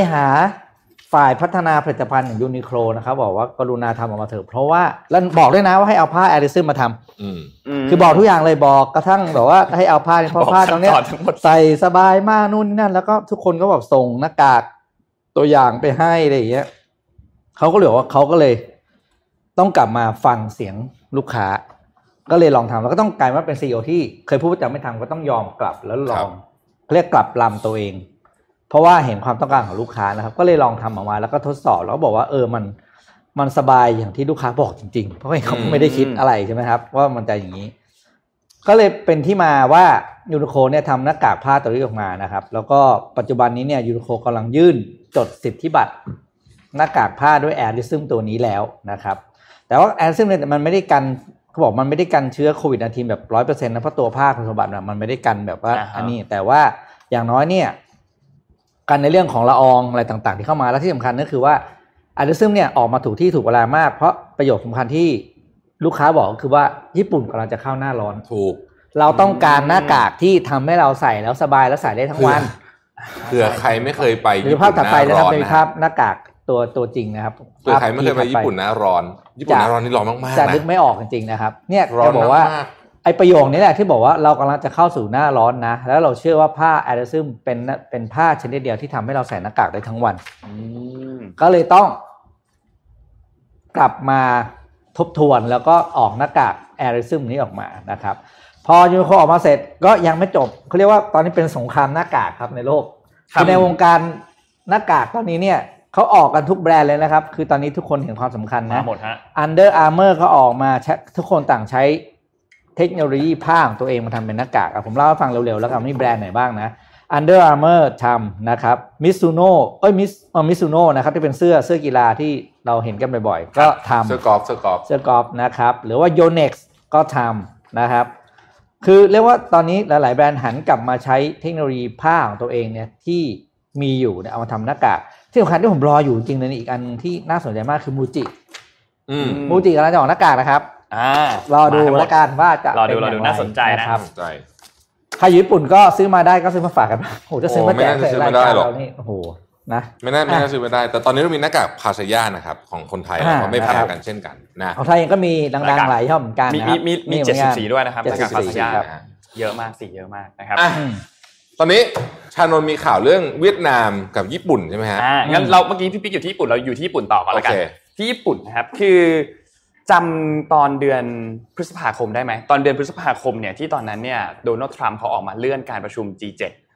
ถูกเราต้องการหน้ากากที่ทำให้เราใส่แล้วสบายแล้วใส่ได้ทั้งวันเผื่อใครไม่เคยไปญี่ปุ่นหน้าร้อนนะภาพหน้ากากตัวจริงนะครับเผื่อใครไม่เคยไปญี่ปุ่นหน้าร้อนญี่ปุ่นหน้าร้อนนี่ร้อนมากๆจะนึกไม่ออกจริงๆนะครับเนี่ยเราบอกว่าไอประโยคนี้แหละที่บอกว่าเรากำลังจะเข้าสู่หน้าร้อนนะแล้วเราเชื่อว่าผ้าแอริซึมเป็นผ้าชนิดเดียวที่ทำให้เราใส่หน้ากากได้ทั้งวันก็เลยต้องกลับมาทบทวนแล้วก็ออกหน้ากากแอริซึมนี้ออกมานะครับพอยูนิโคออกมาเสร็จก็ยังไม่จบเขาเรียกว่าตอนนี้เป็นสงครามหน้ากากครับในโลกคือในวงการหน้ากากตอนนี้เนี่ยเขาออกกันทุกแบรนด์เลยนะครับคือตอนนี้ทุกคนเห็นความสำคัญนะหมดฮะ Under Armour ก็ออกมาทุกคนต่างใช้เทคโนโลยีผ้าของตัวเองมาทำเป็นหน้ากากผมเล่าให้ฟังเร็วๆแล้วกันมีแบรนด์ไหนบ้างนะ Under Armour ทำนะครับ Mizuno นะครับที่เป็นเสื้อกีฬาที่เราเห็นกันบ่อยๆก็ทำเสื้อกอล์ฟนะครับหรือว่า Yonex ก็ทำนะครับคือเรียกว่าตอนนี้หลายๆแบรนด์หันกลับมาใช้เทคโนโลยีผ้าของตัวเองเนี่ยที่มีอยู่เนี่ยเอามาทำหน้ากากที่สำคัญที่ผมรออยู่จริงๆเลยอีกอันที่น่าสนใจมากคือมูจิกำลังจะออกหน้ากากนะครับรอดูแล้วกันว่าจะเป็นอย่างไรน่าสนใจนะครับใครอยู่ญี่ปุ่นก็ซื้อมาได้ก็ซื้อมาฝากกันโอ้จะซื้อมาแจกรายการเรานี่โอ้โหนะไม่น่าซื้อไม่ได้แต่ตอนนี้เรามีหน้ากากพาซาย่านะครับของคนไทยเราไม่แพ้กันเช่นกันนะของไทยเองก็มีดังๆหลายช่องเหมือนกันมี70สีด้วยนะครับหน้ากากพาซาย่าเยอะมากสีเยอะมากนะครับตอนนี้ชานนท์มีข่าวเรื่องเวียดนามกับญี่ปุ่นใช่ไหมฮะงั้นเราเมื่อกี้พี่ปิ๊กอยู่ที่ญี่ปุ่นเราอยู่ที่ญี่ปุ่นต่อกันแล้วกันที่ญี่ปุ่นนะครับคือจำตอนเดือนพฤษภาคมได้ไหมตอนเดือนพฤษภาคมเนี่ยที่ตอนนั้นเนี่ยโดนัลด์ทรัมป์เขาออกมาเลื่อนการประชุม G7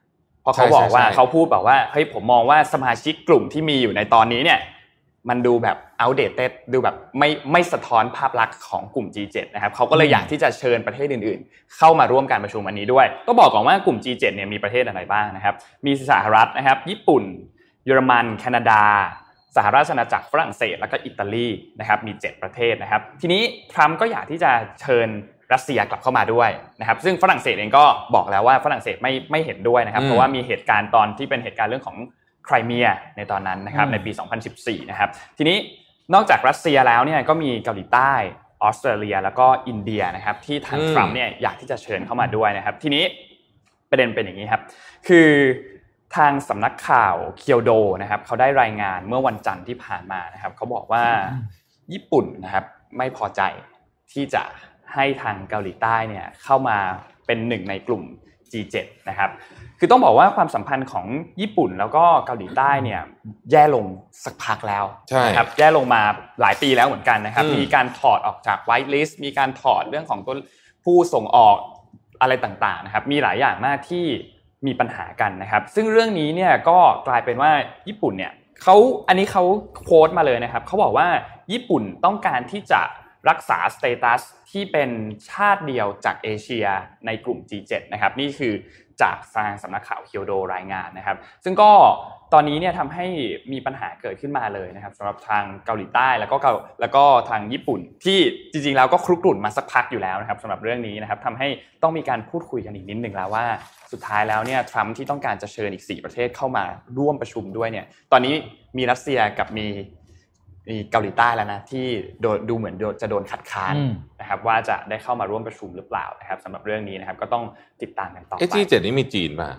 เพราะเขาบอกว่าเขาพูดแบบว่าเฮ้ยผมมองว่าสมาชิกกลุ่มที่มีอยู่ในตอนนี้เนี่ยมันดูแบบ outdated ดูแบบไม่สะท้อนภาพลักษณ์ของกลุ่ม G7 นะครับเขาก็เลยอยากที่จะเชิญประเทศอื่นๆเข้ามาร่วมการประชุมวันนี้ด้วยต้องบอกก่อนว่ากลุ่ม G7 เนี่ยมีประเทศอะไรบ้างนะครับมีสหรัฐนะครับญี่ปุ่นเยอรมันแคนาดาสหราชอาณาจักรฝรั่งเศสแล้วก็อิตาลีนะครับมี7ประเทศนะครับทีนี้ทรัมป์ก็อยากที่จะเชิญรัสเซียกลับเข้ามาด้วยนะครับซึ่งฝรั่งเศสเองก็บอกแล้วว่าฝรั่งเศสไม่เห็นด้วยนะครับเพราะว่ามีเหตุการณ์ตอนที่เป็นเหตุการณ์เรื่องของไครเมียในตอนนั้นนะครับในปี2014นะครับทีนี้นอกจากรัสเซียแล้วเนี่ยก็มีเกาหลีใต้ออสเตรเลียแล้วก็อินเดียนะครับที่ทางทรัมป์เนี่ยอยากที่จะเชิญเข้ามาด้วยนะครับทีนี้ประเด็นเป็นอย่างนี้ครับคือทางสำนักข่าวเคียวโดนะครับเขาได้รายงานเมื่อวันจันทร์ที่ผ่านมานะครับเขาบอกว่าญี่ปุ่นนะครับไม่พอใจที่จะให้ทางเกาหลีใต้เนี่ยเข้ามาเป็นหนึ่งในกลุ่ม G7 นะครับคือต้องบอกว่าความสัมพันธ์ของญี่ปุ่นแล้วก็เกาหลีใต้เนี่ยแย่ลงสักพักแล้วนะครับแย่ลงมาหลายปีแล้วเหมือนกันนะครับมีการถอดออกจากไวท์ลิสต์มีการถอดเรื่องของตัวผู้ส่งออกอะไรต่างๆนะครับมีหลายอย่างมากที่มีปัญหากันนะครับซึ่งเรื่องนี้เนี่ยก็กลายเป็นว่าญี่ปุ่นเนี่ยอันนี้เขาโค้ดมาเลยนะครับเขาบอกว่าญี่ปุ่นต้องการที่จะรักษาสเตตัสที่เป็นชาติเดียวจากเอเชียในกลุ่ม G7 นะครับนี่คือจากทางสำนักข่าวเคียวโดรายงานนะครับซึ่งก็ตอนนี้เนี่ยทำให้มีปัญหาเกิดขึ้นมาเลยนะครับสำหรับทางเกาหลีใต้แล้วก็ทางญี่ปุ่นที่จริงๆแล้วก็ครุกรุ่นมาสักพักอยู่แล้วนะครับสำหรับเรื่องนี้นะครับทำให้ต้องมีการพูดคุยกันอีกนิดนึงแล้วว่าสุดท้ายแล้วเนี่ยทรัมป์ที่ต้องการจะเชิญอีก4ประเทศเข้ามาร่วมประชุมด้วยเนี่ยตอนนี้มีรัสเซียกับมีเกาหลีใต้แล้วนะที่ดูเหมือนจะโดนคัดค้านนะครับว่าจะได้เข้ามาร่วมประชุมหรือเปล่านะครับสำหรับเรื่องนี้นะครับก็ต้องติดตามกันต่อไป G7 นี่มีจีนป่ะ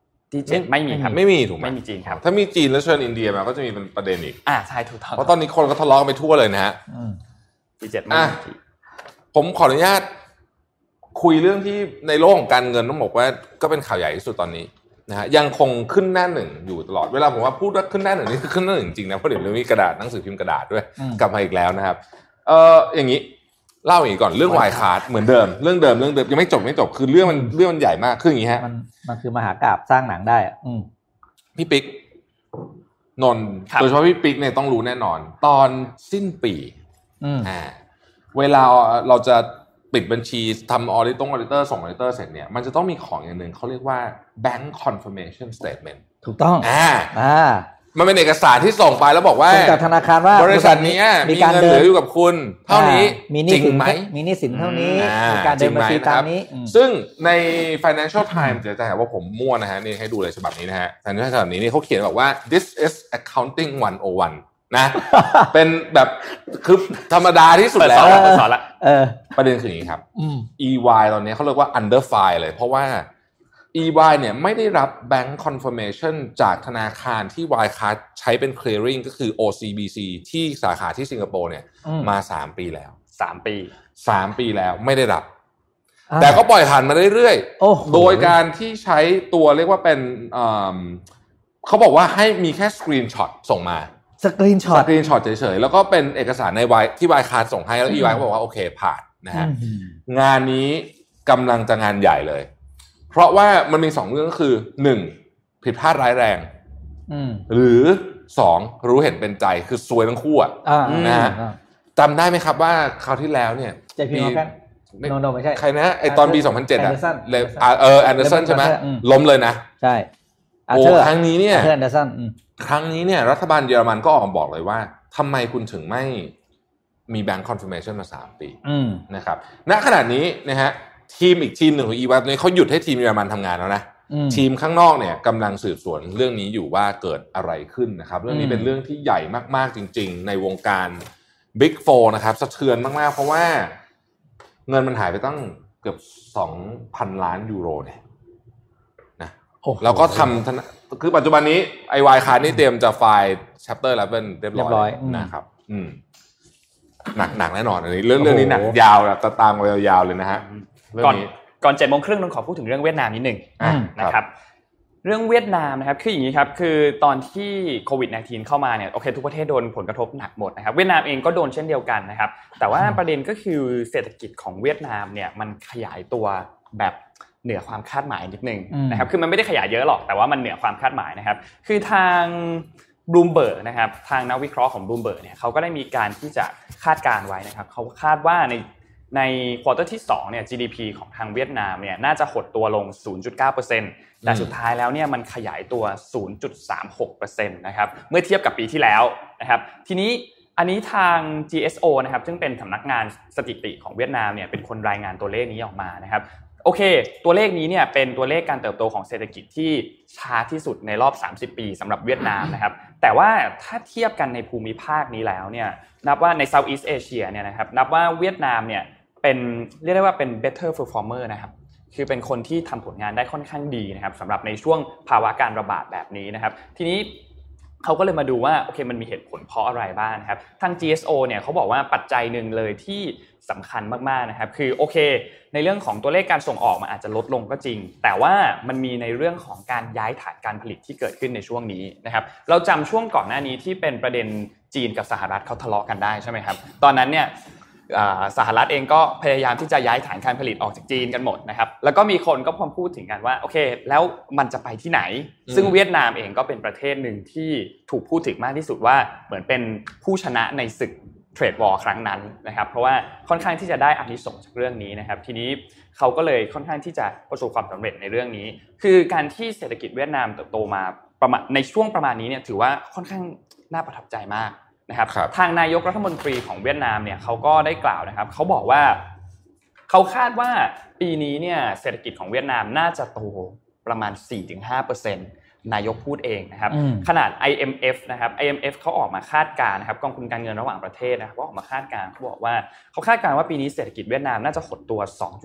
G7 ไม่มีครับไม่มีถูกไหมไม่มีจีนครับถ้ามีจีนแล้วเชิญอินเดียมาก็จะมีเป็นประเด็นอีกใช่ถูกต้องเพราะตอนนี้คนก็ทะเลาะกันไปทั่วเลยนะฮะ G7 ไม่มีผมขออนุญาตคุยเรื่องที่ในโลกของการเงินต้องบอกว่าก็เป็นข่าวใหญ่ที่สุดตอนนี้นะฮะยังคงขึ้นหน้าหนึ่งอยู่ตลอดเวลาผมว่าพูดว่าขึ้นหน้าหนึ่งนี่คือขึ้นหน้าหนึ่งจริงนะเพราะเดี๋ยวมีกระดาษหนังสือพิมพ์กระดาษด้วยกลับมาอีกแล้วนะครับอย่างนี้เล่าอย่างนี้ก่อนเรื่องวายคาร์ดเหมือนเดิมเรื่องเดิมยังไม่จบคือเรื่องมันใหญ่มากคืออย่างนี้ฮะมันคือมหากาพย์สร้างหนังได้พี่ปิ๊กนนท์โดยเฉพาะพี่ปิ๊กเนี่ยต้องรู้แน่นอนตอนสิ้นปีเวลาเราจะปิดบัญชีทำออดิเตอร์ส่งออดิเตอร์เสร็จเนี่ยมันจะต้องมีของอย่างหนึ่งเขาเรียกว่า Bank Confirmation Statement ถูกต้องมันเป็นเอกสารที่ส่งไปแล้วบอกว่าจากธนาคารว่าบริษัทนี้มีเงินเหลืออยู่กับคุณเท่านี้จริงไหมมีหนี้สินเท่านี้มีการเดินบัญชีตามนี้ซึ่งใน Financial Times จะเห็นว่าผมมั่วนะฮะนี่ให้ดูเลยฉบับนี้นะฮะ Financial ฉบับนี้นี่เขาเขียนบอกว่า this is accounting 101นะเป็นแบบคือธรรมดาที่สุดแล้วสอนละประเด็นคืออย่างนี้ครับ EY ตอนนี้เขาเรียกว่า under fire เลยเพราะว่า EY เนี่ยไม่ได้รับ Bank Confirmation จากธนาคารที่ Wirecard ใช้เป็น clearing ก็คือ OCBC ที่สาขาที่สิงคโปร์เนี่ยมา3ปีแล้ว 3ปีแล้วไม่ได้รับแต่ก็ปล่อยผ่านมาเรื่อยๆโดยการที่ใช้ตัวเรียกว่าเป็นเขาบอกว่าให้มีแค่ screenshot ส่งมาสกรีนช็อตเฉยๆแล้วก็เป็นเอกสารในที่ Wirecard ส่งให้แล้ว EY ก็บอกว่าโอเคผ่านนะฮะงานนี้กำลังจะงานใหญ่เลยเพราะว่ามันมี2เรื่องก็คือ1ผิดพลาดร้ายแรงหรือ2รู้เห็นเป็นใจคือซวยทั้งคู่นะฮะจำได้ไหมครับว่าคราวที่แล้วเนี่ยปีไม่ใช่ใครนะไอตอนปี2007แอนเดอร์สันใช่ไหมล้มเลยนะใช่ครั้งนี้เนี่ยแอนเดอร์สันครั้งนี้เนี่ยรัฐบาลเยอรมันก็ออกมาบอกเลยว่าทำไมคุณถึงไม่มี Bank Confirmation มา3ปีนะครับณขณะนี้นะฮะทีมอีกทีมหนึ่งของ EY เนี่ยเขาหยุดให้ทีมเยอรมันทำงานแล้วนะทีมข้างนอกเนี่ยกำลังสืบสวนเรื่องนี้อยู่ว่าเกิดอะไรขึ้นนะครับเรื่องนี้เป็นเรื่องที่ใหญ่มากๆจริงๆในวงการ Big 4นะครับสะเทือนมากๆเพราะว่าเงินมันหายไปตั้งเกือบ 2,000 ล้านยูโรเนี่ยนะแล้วก็ทำคือปัจจุบันนี้ไอวายคาร์ดนี่เตรียมจะไฟล์ chapter 11เรียบร้อยนะครับหนักแน่นอนอันนี้เรื่องนี้หนักยาวแบบตามกันยาวๆเลยนะฮะก่อน 7:30 น.ต้องขอพูดถึงเรื่องเวียดนามนิดนึงนะครับเรื่องเวียดนามนะครับคืออย่างนี้ครับคือตอนที่โควิด -19 เข้ามาเนี่ยโอเคทุกประเทศโดนผลกระทบหนักหมดนะครับเวียดนามเองก็โดนเช่นเดียวกันนะครับแต่ว่าประเด็นก็คือเศรษฐกิจของเวียดนามเนี่ยมันขยายตัวแบบเหนือความคาดหมายนิดนึงนะครับคือมันไม่ได้ขยายเยอะหรอกแต่ว่ามันเหนือความคาดหมายนะครับคือทางBloomberg นะครับทางนักวิเคราะห์ของ Bloomberg เนี่ยเขาก็ได้มีการที่จะคาดการไว้นะครับเขาคาดว่าในควอเตอร์ที่2เนี่ย GDP ของทางเวียดนามเนี่ยน่าจะหดตัวลง 0.9% แต่สุดท้ายแล้วเนี่ยมันขยายตัว 0.36% นะครับเมื่อเทียบกับปีที่แล้วนะครับทีนี้อันนี้ทาง GSO นะครับซึ่งเป็นสำนักงานสถิติของเวียดนามเนี่ยเป็นคนรายงานตัวเลขนี้ออกมานะครับโอเคตัวเลขนี้เนี่ยเป็นตัวเลขการเติบโตของเศรษฐกิจที่ช้าที่สุดในรอบ30ปีสำหรับเวียดนามนะครับแต่ว่าถ้าเทียบกันในภูมิภาคนี้แล้วเนี่ยนับว่าใน Southeast Asia เนี่ยนะครับนับว่าเวียดนามเนี่ยเป็นเรียกได้ว่าเป็น better performer นะครับคือเป็นคนที่ทำผลงานได้ค่อนข้างดีนะครับสำหรับในช่วงภาวะการระบาดแบบนี้นะครับทีนี้เขาก็เลยมาดูว่าโอเคมันมีเหตุผลเพราะอะไรบ้างนะครับทาง GSO เนี่ยเขาบอกว่าปัจจัยหนึ่งเลยที่สำคัญมากๆนะครับคือโอเคในเรื่องของตัวเลขการส่งออกมันอาจจะลดลงก็จริงแต่ว่ามันมีในเรื่องของการย้ายฐานการผลิตที่เกิดขึ้นในช่วงนี้นะครับเราจำช่วงก่อนหน้านี้ที่เป็นประเด็นจีนกับสหรัฐเขาทะเลาะกันได้ใช่ไหมครับตอนนั้นเนี่ยสหรัฐเองก็พยายามที่จะย้ายฐานการผลิตออกจากจีนกันหมดนะครับแล้วก็มีคนก็พอพูดถึงกันว่าโอเคแล้วมันจะไปที่ไหนซึ่งเวียดนามเองก็เป็นประเทศหนึ่งที่ถูกพูดถึงมากที่สุดว่าเหมือนเป็นผู้ชนะในศึกเทรดวอร์ครั้งนั้นนะครับเพราะว่าค่อนข้างที่จะได้อานิสงส์จากเรื่องนี้นะครับทีนี้เขาก็เลยค่อนข้างที่จะประสบความสำเร็จในเรื่องนี้คือการที่เศรษฐกิจเวียดนามเติบโตมาประมาณในช่วงประมาณนี้เนี่ยถือว่าค่อนข้างน่าประทับใจมากนะครับทางนายกรัฐมนตรีของเวียดนามเนี่ยเขาก็ได้กล่าวนะครับเขาบอกว่าเขาคาดว่าปีนี้เนี่ยเศรษฐกิจของเวียดนามน่าจะโตประมาณ 4-5%นายกพูดเองนะครับขนาด IMF นะครับ IMF เขาออกมาคาดการณ์นะครับกองทุนการเงินระหว่างประเทศนะครับเขาออกมาคาดการณ์เขาบอกว่าเขาคาดการณ์ว่าปีนี้เศรษฐกิจเวียดนามน่าจะหดตัว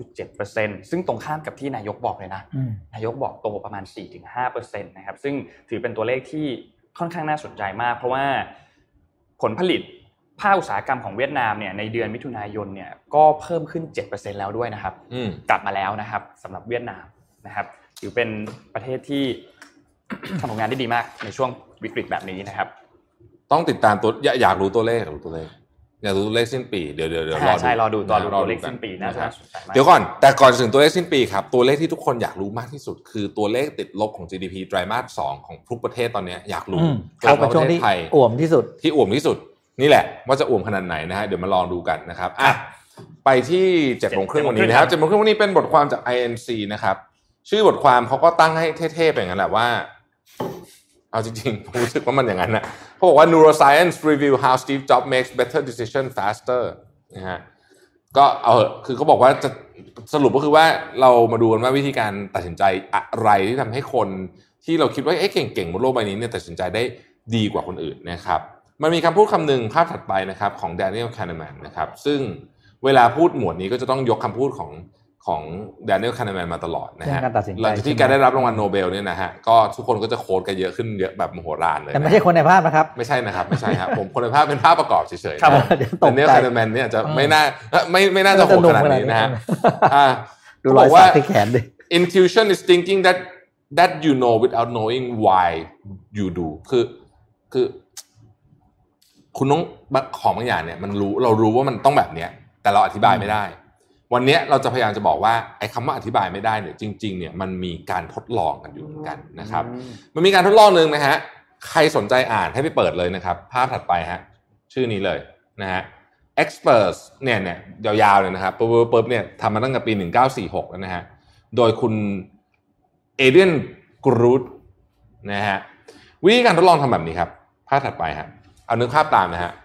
2.7% ซึ่งตรงข้ามกับที่นายกบอกเลยนะนายกบอกโตประมาณ 4-5% นะครับซึ่งถือเป็นตัวเลขที่ค่อนข้างน่าสนใจมากเพราะว่าผลผลิตภาคอุตสาหกรรมของเวียดนามเนี่ยในเดือนมิถุนายนเนี่ยก็เพิ่มขึ้น 7% แล้วด้วยนะครับกลับมาแล้วนะครับสำหรับเวียดนามนะครับถือเป็นประเทศที่ทำผลงานได้ดีมากในช่วงวิกฤตแบบนี้นะครับต้องติดตามตัวอยากรู้ตัวเลขอยากรู้ตัวเลขสิ้นปีเดี๋ยวรอดูตัวเลขสิ้นปีน่าจะสนใจมากเดี๋ยวก่อนแต่ก่อนถึงตัวเลขสิ้นปีครับตัวเลขที่ทุกคนอยากรู้มากที่สุดคือตัวเลขติดลบของ GDP ไตรมาส2ของทุกประเทศตอนนี้อยากรู้เอาประเทศไทยอ่วมที่สุดนี่แหละว่าจะอ่วมขนาดไหนนะฮะเดี๋ยวมาลองดูกันนะครับอ่ะไปที่ 7:30 วันนี้นะครับ 7:30 วันนี้เป็นบทความจาก INC นะครับชื่อบทความเขาก็ตั้งให้เท่ๆอย่างนั้นแหละว่าเอาจริงๆผมรู้สึกว่ามันอย่างนั้นนะเขาบอกว่า Neuroscience Review How Steve Jobs Makes Better Decision Faster นะฮะก็เอาคือเขาบอกว่าจะสรุปก็คือว่าเรามาดูกันว่าวิธีการตัดสินใจอะไรที่ทำให้คนที่เราคิดว่าเก่งๆบนโลกใบนี้เนี่ยตัดสินใจได้ดีกว่าคนอื่นนะครับมันมีคำพูดคำหนึ่งภาพถัดไปนะครับของ Daniel Kahneman นะครับซึ่งเวลาพูดหมวดนี้ก็จะต้องยกคำพูดของ Daniel Kahneman มาตลอดนะฮะหลังจากที่แกได้รับรางวัลโนเบลเนี่ยนะฮะก็ทุกคนก็จะโค้ดกันเยอะขึ้นเยอะแบบมโหฬารเลยแต่ไม่ใช่คนในภาพนะครับไม่ใช่นะครับไม่ใช่ครับผมคนในภาพเป็นภาพประกอบเฉยๆครับ Daniel Kahneman เนี่ยจะไม่น่าจะโหดขนาดนี้นะฮะดูรอยสักที่แขนดิ Intuition is thinking that you know without knowing why you do คือคุณต้องของบางอย่างเนี่ยมันเรารู้ว่ามันต้องแบบเนี้ยแต่เราอธิบายไม่ได้วันนี้เราจะพยายามจะบอกว่าไอ้คำว่าอธิบายไม่ได้เนี่ยจริงๆเนี่ยมันมีการทดลองกันอยู่เหมือนกันนะครับมันมีการทดลองนึงนะฮะใครสนใจอ่านให้ไปเปิดเลยนะครับภาพถัดไปฮะชื่อนี้เลยนะฮะ Experts เนี่ยยาวๆเลยนะครับปุ๊บเนี่ยทำมาตั้งแต่ปี1946แล้วนะฮะโดยคุณเอเดียนกรูดนะฮะวิธีการทดลองทำแบบนี้ครับภาพถัดไปฮะเอานึกภาพตามนะฮะ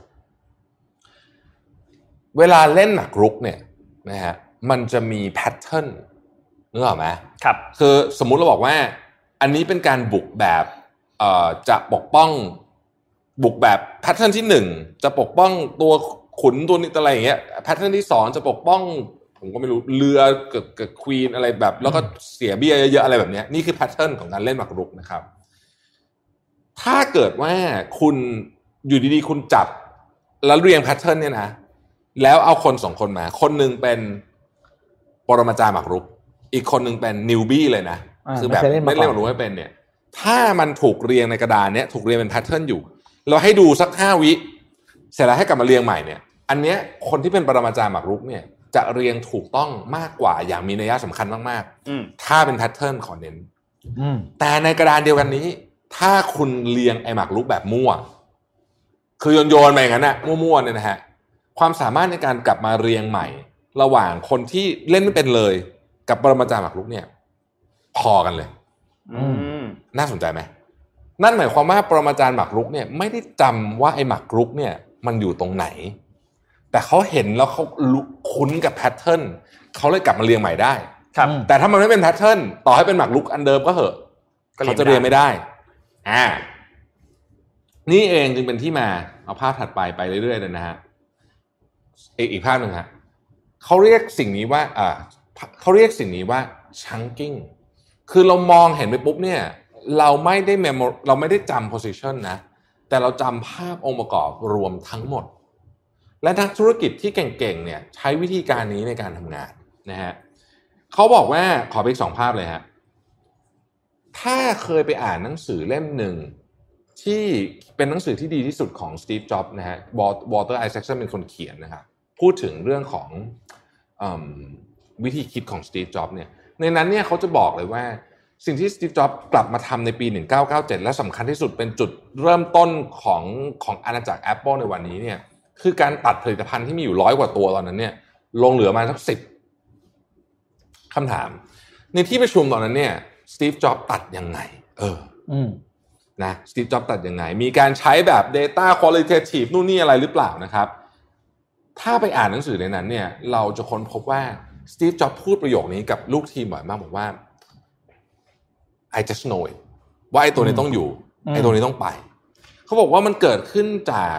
เวลาเล่นหมากรุกเนี่ยนะฮะมันจะมีแพทเทิร์นนึกออกไหมครับคือสมมุติเราบอกว่าอันนี้เป็นการบุกแบบจะปกป้องบุกแบบแพทเทิร์นที่1จะปกป้องตัวขุนตัวนี้อะไรอย่างเงี้ยแพทเทิร์นที่2จะปกป้องผมก็ไม่รู้เรือกับควีนอะไรแบบแล้วก็เสียเบี้ยเยอะๆอะไรแบบนี้นี่คือแพทเทิร์นของการเล่นหมากรุกนะครับถ้าเกิดว่าคุณอยู่ดีๆคุณจับแล้วเรียงแพทเทิร์นเนี่ยนะแล้วเอาคน2คนมาคนนึงเป็นปรมาจารย์หมากรุกอีกคนนึงเป็นนิวบี้เลยนะคือแบบไม่เล่นหมากรุกไม่เป็นเนี่ยถ้ามันถูกเรียงในกระดานเนี้ยถูกเรียงเป็นแพทเทิร์นอยู่เราให้ดูสัก5 วิเสร็จแล้วให้กลับมาเรียงใหม่เนี่ยอันเนี้ยคนที่เป็นปรมาจารย์หมากรุกเนี่ยจะเรียงถูกต้องมากกว่าอย่างมีนัยสำคัญมากๆถ้าเป็นแพทเทิร์นขอเน้นแต่ในกระดานเดียวกันนี้ถ้าคุณเรียงไอ้หมากรุกแบบมั่วคือโยนไปอย่างนั้นนะมั่วๆเนี่ยนะฮะความสามารถในการกลับมาเรียงใหม่ระหว่างคนที่เล่นไม่เป็นเลยกับปรมาจารย์หมากรุกเนี่ยพอกันเลยน่าสนใจไหมนั่นหมายความว่าปรมาจารย์หมากรุกเนี่ยไม่ได้จำว่าไอ้หมากรุกเนี่ยมันอยู่ตรงไหนแต่เขาเห็นแล้วเขาคุ้นกับแพทเทิร์นเขาเลยกลับมาเรียงใหม่ได้ครับแต่ถ้ามันไม่เป็นแพทเทิร์นต่อให้เป็นหมากรุกอันเดิมก็เหอะเขาจะเรียงไม่ได้นี่เองจึงเป็นที่มาเอาภาพถัดไปเรื่อยๆเลยนะฮะอีกภาพหนึ่งฮะเขาเรียกสิ่งนี้ว่าchunking คือเรามองเห็นไปปุ๊บเนี่ยเราไม่ได้จำ position นะแต่เราจำภาพองค์ประกอบรวมทั้งหมดและนักธุรกิจที่เก่งๆเนี่ยใช้วิธีการนี้ในการทำงานนะฮะเขาบอกว่าขอไปอีก2ภาพเลยฮะถ้าเคยไปอ่านหนังสือเล่มหนึ่งที่เป็นหนังสือที่ดีที่สุดของสตีฟ จ็อบส์นะฮะวอลเตอร์ ไอแซคสันเป็นคนเขียนนะครับพูดถึงเรื่องของวิธีคิดของสตีฟ จ็อบส์เนี่ยในนั้นเนี่ยเขาจะบอกเลยว่าสิ่งที่สตีฟ จ็อบส์กลับมาทำในปี1997และสำคัญที่สุดเป็นจุดเริ่มต้นของอาณาจักร Apple ในวันนี้เนี่ยคือการตัดผลิตภัณฑ์ที่มีอยู่100 กว่าตัวตอนนั้นเนี่ยลงเหลือมาสัก10คำถามในที่ประชุมตอนนั้นเนี่ยสตีฟ จ็อบส์ตัดยังไงนะสตีฟ จ็อบส์ตัดยังไงมีการใช้แบบ data qualitative นู่นนี่อะไรหรือเปล่านะครับถ้าไปอ่านหนังสือในนั้นเนี่ยเราจะค้นพบว่าสตีฟ จ็อบส์พูดประโยคนี้กับลูกทีมบ่อยมากบอกว่า I just know it ว่าไอ้ตัวนี้ต้องอยู่ไอ้ตัวนี้ต้องไปเขาบอกว่ามันเกิดขึ้นจาก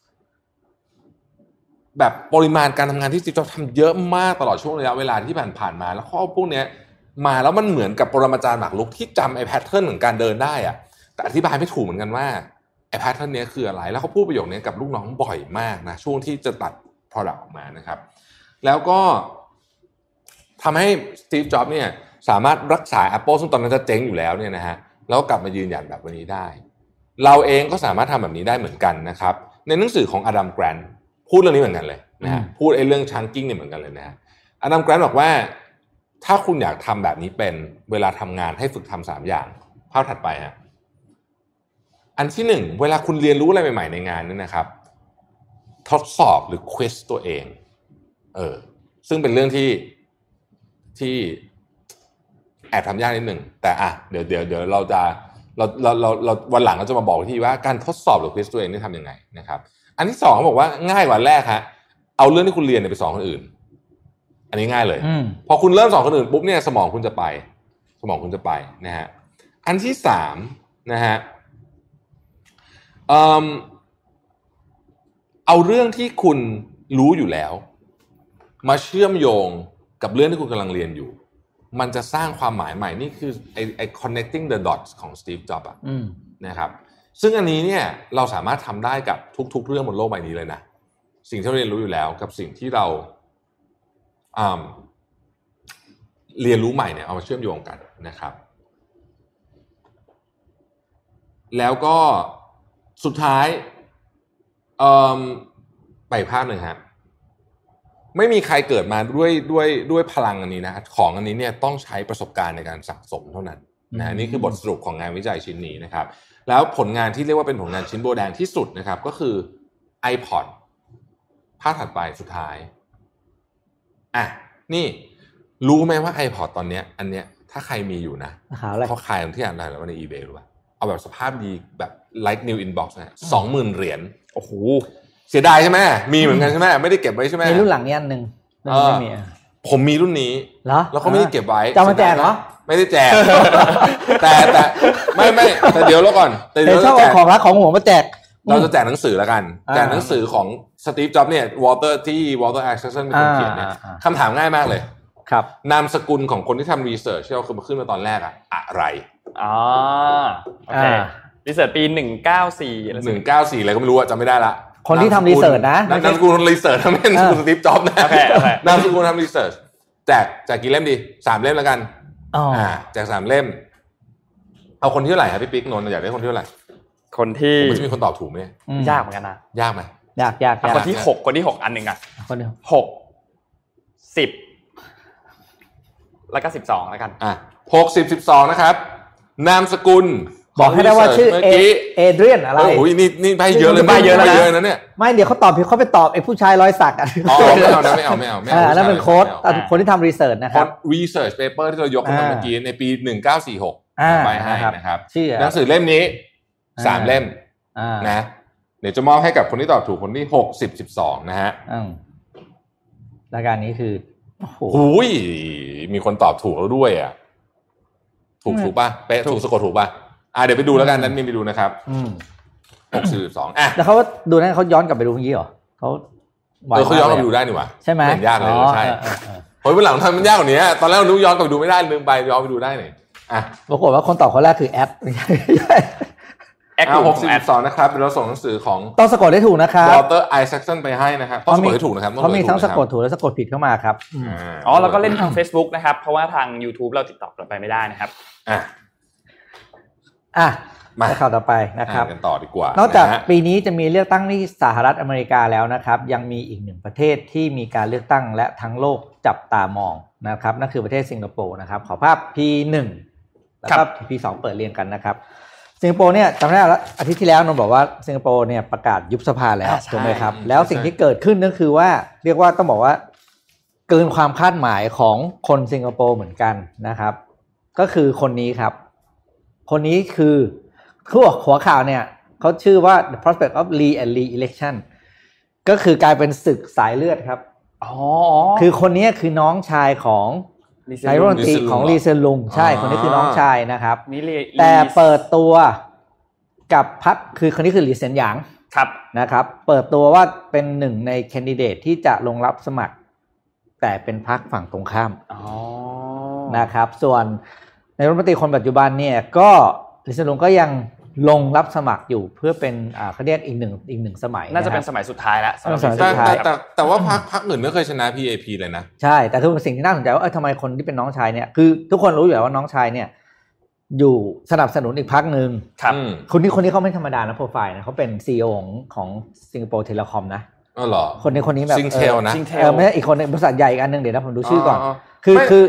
แบบปริมาณการทำงานที่สตีฟ จ็อบส์ทำเยอะมากตลอดช่วงระยะเวลาที่ผ่านมาแล้วข้อพวกนี้มาแล้วมันเหมือนกับปรมาจารย์หมากรุกที่จำไอ้แพทเทิร์นของการเดินได้อะแต่อธิบายไม่ถูกเหมือนกันว่าไอ้แพทเทิร์นนี้คืออะไรแล้วเขาพูดประโยคนี้กับลูกน้องบ่อยมากนะช่วงที่จะตัด product ออกมานะครับแล้วก็ทำให้สตีฟ จ็อบส์เนี่ยสามารถรักษา Apple ซึ่งตอนนั้นจะเจ๊งอยู่แล้วเนี่ยนะฮะแล้วกลับมายืนหยัดแบบวันนี้ได้เราเองก็สามารถทำแบบนี้ได้เหมือนกันนะครับในหนังสือของอดัม แกรนท์พูดเรื่องนี้เหมือนกันเลยนะฮะพูดไอ้เรื่อง chunking เนี่ยเหมือนกันเลยนะฮะอดัม แกรนท์บอกว่าถ้าคุณอยากทำแบบนี้เป็นเวลาทำงานให้ฝึกทำ3อย่างภาพถัดไปฮะอันที่1เวลาคุณเรียนรู้อะไรใหม่ๆในงานนี่นะครับทดสอบหรือควิสตัวเองซึ่งเป็นเรื่องที่แอบทำยากนิดหนึ่งแต่เดี๋ยวเราจะเราวันหลังเราจะมาบอกที่ว่าการทดสอบหรือควิสตัวเองนี่ทำยังไงนะครับอันที่2เขาบอกว่าง่ายกว่าแรกฮะเอาเรื่องที่คุณเรียนไปสอนคนอื่นอันนี้ง่ายเลยพอคุณเริ่มสอนคนอื่นปุ๊บเนี่ยสมองคุณจะไปนะฮะอันที่3นะฮะเอาเรื่องที่คุณรู้อยู่แล้วมาเชื่อมโยงกับเรื่องที่คุณกำลังเรียนอยู่มันจะสร้างความหมายใหม่นี่คือไอ้ connecting the dots ของ Steve Jobs นะครับซึ่งอันนี้เนี่ยเราสามารถทำได้กับทุกๆเรื่องบนโลกใบนี้เลยนะสิ่งที่เราเรียนรู้อยู่แล้วกับสิ่งที่เราเรียนรู้ใหม่เนี่ยเอามาเชื่อมโยงกันนะครับแล้วก็สุดท้ายไปภาพหนึ่งฮะไม่มีใครเกิดมาด้วยพลังอันนี้นะของอันนี้เนี่ยต้องใช้ประสบการณ์ในการสะสมเท่านั้นนะนี่คือบทสรุปของงานวิจัยชิ้นนี้นะครับแล้วผลงานที่เรียกว่าเป็นผลงานชิ้นโบแดงที่สุดนะครับก็คือ iPod ภาพถัดไปสุดท้ายนี่รู้ไหมว่า iPod ตอนเนี้ยอันเนี้ยถ้าใครมีอยู่นะเขาขายที่อ่านได้แล้วใน eBay หรือเปล่าเอาแบบสภาพดีแบบ like new inbox นะ 20,000 เหรียญโอ้โหเสียดายใช่ไหมมีเหมือนกันใช่ไหมไม่ได้เก็บไว้ใช่ไหมมีรุ่นหลังนี้อันนึงไม่มีผมมีรุ่นนี้แล้วก็ไม่ได้เก็บไว้จะมาแจกเหรอไม่ได้แจกแต่ไม่แต่เดี๋ยวแล้วก่อนแต่ชอบเอาของรักของหัวมาแจกเราจะแจกหนังสือแล้วกันแจกหนังสือของสตีฟ จ็อบส์เนี่ยวอลเตอร์ ไอแซคสันเป็นคนเขียนเนี่ยคำถามง่ายมากเลยครับนามสกุลของคนที่ทำรีเสิร์ชที่เราขึ้นมาตอนแรกอะไรโอเครีเสิร์ชปี194 อะไรก็ไม่รู้จำไม่ได้ละคนที่ทำรีเสิร์ชนะนามสกุลรีเสิร์ชทำเป็นสตีฟ จ็อบส์นะนามสกุลทำรีเสิร์ชแจกกี่เล่มดี3เล่มแล้วกันแจก3เล่มเอาคนที่เท่าไหร่ครับพี่ปิ๊กนนท์อยากได้คนที่เท่าไหร่คนที่มันจะมีคนตอบถูกไหมยากเหมือนกันนะยากไหมยากคนที่6อันหนึ่งคนที่6 10แล้วก็12แล้วกัน 60 12นะครับนามสกุลบอกให้ได้ว่าชื่อเอเดรียนอะไรโอ้ยนี่ใบเยอะเลยใบเยอะนะเนี่ยไม่เดี๋ยวเขาตอบผิดเขาไปตอบไอ้ผู้ชายรอยสักอ่ะไม่เอานั่นเป็นโค้ดคนที่ทำรีเสิร์ชนะครับ research paper ที่เรายกขึ้นมาเมื่อกี้ในปี1946ใบให้นะครับหนังสือเล่มนี้3เล่มนะเดี๋ยวจะมอบให้กับคนที่ตอบถูกคนที่60 12นะฮะรายการนี้คือโอ้ยมีคนตอบถูกแล้วด้วยอ่ะถูกป่ะเป๊ะถูกสะกดถูกป่ะเดี๋ยวไปดูแล้วกันนั้นมีไปดูนะครับ62 แล้วเขาดูนั่นเขาย้อนกลับไปดูเมื่อกี้เหรอเขาย้อนกลับไปดูได้นี่หว่าใช่ไหมเห็นยากเลยใช่เฮ้ยเมื่อหลังทำมันยากกว่านี้ตอนแรกนึกย้อนกลับไปดูไม่ได้ลืมไปย้อนไปดูได้หน่อยปรากฏว่าคนตอบคนแรกคือแอด 62นะครับเดี๋ยวเราส่งหนังสือของต้องสะกดให้ถูกนะครับวอลเตอร์ไอแซคสันไปให้นะครับต้องสะกดให้ถูกนะครับเขามีทั้งสะกดถูกและสะกดผิดเข้ามาครับแล้วก็เล่นทาง Facebook นะครับเพราะว่าทาง YouTube เราติดต่อกลับไปไม่ได้นะครับมาข่าวต่อไปนะครับกันต่อดีกว่านอกจากปีนี้จะมีเลือกตั้งที่สหรัฐอเมริกาแล้วนะครับยังมีอีกหนึ่งประเทศที่มีการเลือกตั้งและทั้งโลกจับตามองนะครับนั่นคือประเทศสิงคโปร์นะครับขอภาพ P1 แล้วก็ P2 เปิดเรียงกันนะครับสิงคโปร์เนี่ยจำได้อาทิตย์ที่แล้วนนบอกว่าสิงคโปร์เนี่ยประกาศยุบสภาแล้วถูกไหมครับแล้วสิ่งที่เกิดขึ้นก็คือว่าเรียกว่าต้องบอกว่าเกินความคาดหมายของคนสิงคโปร์เหมือนกันนะครับก็คือคนนี้ครับคนนี้คือหัวข่าวเนี่ยเขาชื่อว่า The Prospect of Lee and Lee Election ก็คือกลายเป็นศึกสายเลือดครับคือคนนี้คือน้องชายของนายรัฐมนตรีของลีเซินลุงใช่คนนี้คือน้องชายนะครับแต่เปิดตัวกับพรรคคือคนนี้คือหลีเซินหยางนะครับเปิดตัวว่าเป็นหนึ่งในแคนดิเดตที่จะลงรับสมัครแต่เป็นพรรคฝั่งตรงข้ามนะครับส่วนนายรัฐมนตรีคนปัจจุบันเนี่ยก็ลีเซินลุงก็ยังลงรับสมัครอยู่เพื่อเป็นเขาเรียกอีกหนึ่งสมัยน่าจะเป็นสมัยสุดท้ายแล้วแต่ว่าพรรคอื่นไม่เคยชนะ PAP เลยนะใช่แต่คือสิ่งที่น่าสนใจว่าทำไมคนที่เป็นน้องชายเนี่ยคือทุกคนรู้อยู่แล้วว่าน้องชายเนี่ยอยู่สนับสนุนอีกพรรคนึงคนนี้เขาไม่ธรรมดานะโปรไฟล์นะเขาเป็น CEO ของสิงคโปร์เทเลคอมนะเหรอคนนี้แบบซิงเทลนะไม่ใช่อีกคนนึงบริษัทใหญ่อีกอันนึงเดี๋ยวนะผมดูชื่อก่อนคือ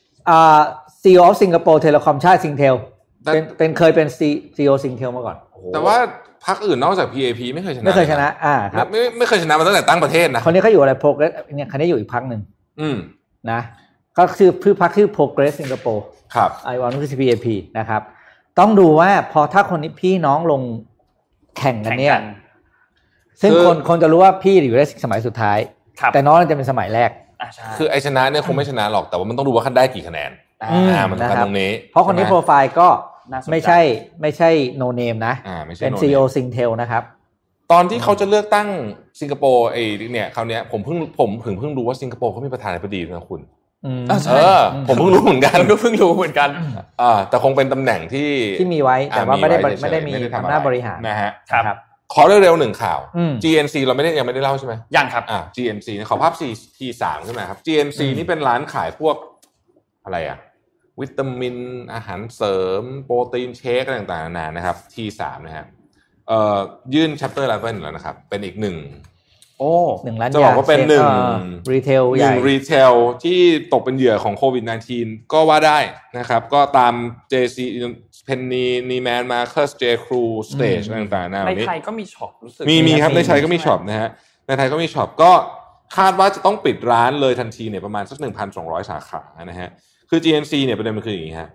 CEO of Singapore Telecom ใช่ซิงเทลเป็นเคยเป็น CEO ซิงเทลมาก่อนแต่ว่าพรรคอื่นนอกจาก PAP ไม่เคยชนะครับไม่เคยชนะมาตั้งแต่ตั้งประเทศนะคนนี้เขาอยู่อะไร Progress เนี่ยคนนี้อยู่อีกพรรคนึงนะก็คือพรรคชื่อ Progress Singapore ครับไอวอนก็คือ PAP นะครับต้องดูว่าพอถ้าคนนี้พี่น้องลงแข่งกันเนี่ยซึ่งคนจะรู้ว่าพี่อยู่ได้สมัยสุดท้ายแต่น้องจะเป็นสมัยแรกคือไอชนะเนี่ยคงไม่ชนะหรอกแต่ว่ามันต้องดูว่าคันได้กี่คะแนนมันสำคัญตรงนี้เพราะคนนี้โปรไฟล์ก็ไม่ใช่โนเนมนะเป็น CEO Singtel นะครับตอนที่เขาจะเลือกตั้งสิงคโปร์ไอ้เนี่ยคราวนี้ผมเพิ่งรู้ว่าสิงคโปร์เขามีประธานาธิบดีนะคุณผมเพิ่งรู้เหมือนกันแต่คงเป็นตำแหน่งที่มีไว้แต่ว่าไม่ได้มีอำนาจบริหารนะฮะครับขอเร็วๆหนึ่งข่าว GNC เรายังไม่ได้เล่าใช่ไหมยังครับ GNC ขอภาพ T3 ขึ้นมาครับ GNC นี่เป็นร้านขายพวกอะไรวิตามินอาหารเสริมโปรตีนเชคอะไรต่างๆนานานะครับ T3 นะฮะยื่น Chapter 11แล้วนะครับเป็นอีก1 ล้านจะบอกว่าเป็น 1รีเทลใหญ่ 1รีเทลที่ตกเป็นเหยื่อของโควิด -19 ก็ว่าได้นะครับก็ตาม JC Penny Neiman Marcus J Crew Stage ต่างๆในไทยก็มีช็อปรู้สึกมีครับในไทยก็มีช็อปนะฮะในไทยก็มีช็อปก็คาดว่าจะต้องปิดร้านเลยทันทีเนี่ยประมาณสัก 1,200 สาขานะฮะคือ GNC เนี่ยประเด็นมันคืออย่างนี้ฮะ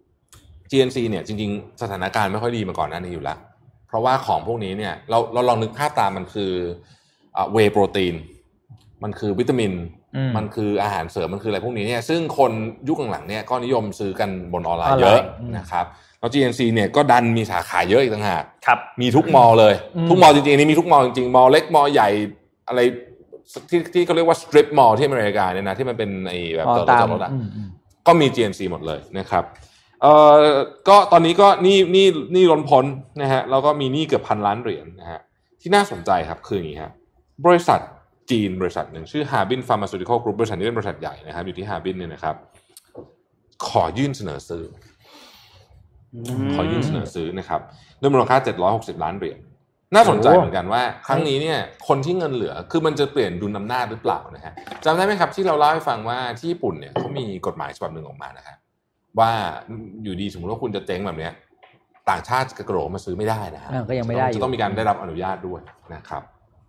GNC เนี่ยจริงๆสถานการณ์ไม่ค่อยดีมาก่อนหน้านี้อยู่แล้วเพราะว่าของพวกนี้เนี่ยเราลองนึกภาพตามมันคือเวย์โปรตีนมันคือวิตามินมันคืออาหารเสริมมันคืออะไรพวกนี้เนี่ยซึ่งคนยุคหลังๆเนี่ยก็นิยมซื้อกันบนออนไลน์เยอะนะครับแล้ว GNC เนี่ยก็ดันมีสาขาเยอะอีกต่างหากมีทุกมอลล์เลยทุกมอลล์จริงๆนี่มีทุกมอลล์จริงๆมอลล์เล็กมอลล์ใหญ่อะไรที่เขาเรียกว่า strip mall ที่อเมริกาเนี่ยนะที่มันเป็นไอ้แบบจอดรถก็มี GNC หมดเลยนะครับก็ตอนนี้ก็นี่ล้นพ้นนะฮะแล้วก็มีหนี้เกือบ1,000 ล้านเหรียญนะฮะที่น่าสนใจครับคืออย่างนี้ฮะบริษัทจีนบริษัทหนึ่งชื่อ Harbin Pharmaceutical Group บริษัทนี้เป็นบริษัทใหญ่นะครับอยู่ที่ Harbin เนี่ยนะครับขอยื่นเสนอซื้อนะครับด้วยมูลค่า760 ล้านเหรียญน่าสนใจเหมือนกันว่าครั้งนี้เนี่ยคนที่เงินเหลือคือมันจะเปลี่ยนดุลอำนาจหรือเปล่านะฮะจำได้ไหมครับที่เราเล่าให้ฟังว่าที่ญี่ปุ่นเนี่ยเขามีกฎหมายฉบับหนึ่งออกมานะครับว่าอยู่ดีสมมติว่าคุณจะเจ๊งแบบนี้ต่างชาติกระโดดมาซื้อไม่ได้นะฮะก็ยังไม่ได้จะต้องมีการได้รับอนุญาตด้วยนะครับ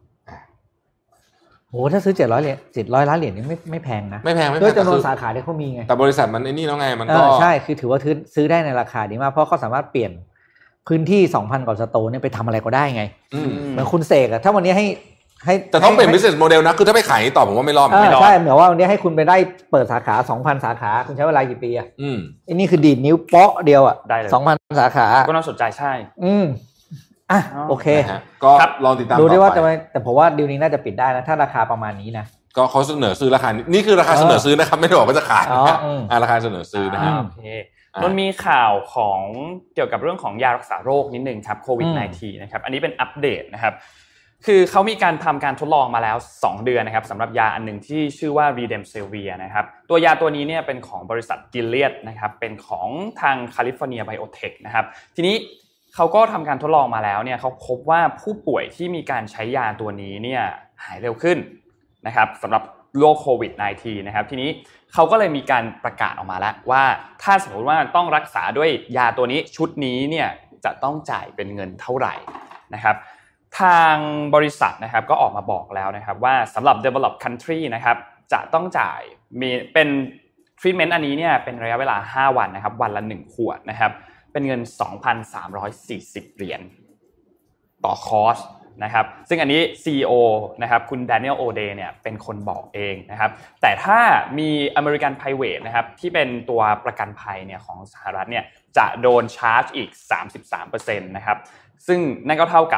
โหถ้าซื้อ700 ล้านเหรียญนี่ไม่แพงนะไม่แพงด้วยจำนวนสาขาที่เขามีไงแต่บริษัทมันไอ้นี่แล้วไงมันก็ใช่คือถือว่าซื้อได้ในราคาดีมากเพราะเขาสามารถเปลี่ยนพื้นที่ 2,000 กว่าสโตร์เนี่ยไปทำอะไรก็ได้ไงเหมือนคุณเสกอะถ้าวันนี้ให้แต่ต้องเป็น business model นะคือถ้าไปขายต่อผมว่าไม่รอดใช่เหมือนว่าวันนี้ให้คุณไปได้เปิดสาขา 2,000 สาขาคุณใช้เวลากี่ปีอ่ะอันนี้คือดีดนิ้วเปาะเดียวอ่ะ 2,000 สาขาก็น่าสนใจใช่โอเคก็ลองติดตามดูได้ว่าแต่ผมว่าดีลนี้น่าจะปิดได้นะถ้าราคาประมาณนี้นะก็เขาเสนอซื้อราคานี่คือราคาเสนอซื้อนะครับไม่ได้บอกว่าจะขายราคาเสนอซื้อนะครับโอเคมันมีข่าวของเกี่ยวกับเรื่องของยารักษาโรคนิดนึงครับโควิด -19 นะครับอันนี้เป็นอัปเดตนะครับคือเขามีการทำการทดลองมาแล้ว2เดือนนะครับสำหรับยาอันนึงที่ชื่อว่า Remdesivir นะครับตัวยาตัวนี้เนี่ยเป็นของบริษัท Gilead นะครับเป็นของทาง California Biotech นะครับทีนี้เขาก็ทำการทดลองมาแล้วเนี่ยเขาพบว่าผู้ป่วยที่มีการใช้ยาตัวนี้เนี่ยหายเร็วขึ้นนะครับสำหรับโรคโควิด -19 นะครับทีนี้เขาก็เลยมีการประกาศออกมาแล้วว่าถ้าสมมติว่าต้องรักษาด้วยยาตัวนี้ชุดนี้เนี่ยจะต้องจ่ายเป็นเงินเท่าไหร่นะครับทางบริษัทนะครับก็ออกมาบอกแล้วนะครับว่าสำหรับ developed country นะครับจะต้องจ่ายมีเป็น treatment อันนี้เนี่ยเป็นระยะเวลา5วันนะครับวันละ1ขวดนะครับเป็นเงิน 2,340 เหรียญต่อคอร์สนะครับซึ่งอันนี้ CEO นะครับคุณ Daniel O'Day เนี่ยเป็นคนบอกเองนะครับแต่ถ้ามี American Private นะครับที่เป็นตัวประกันภัยเนี่ยของสหรัฐเนี่ยจะโดนชาร์จอีก 33% นะครับซึ่งนั่นก็เท่ากับ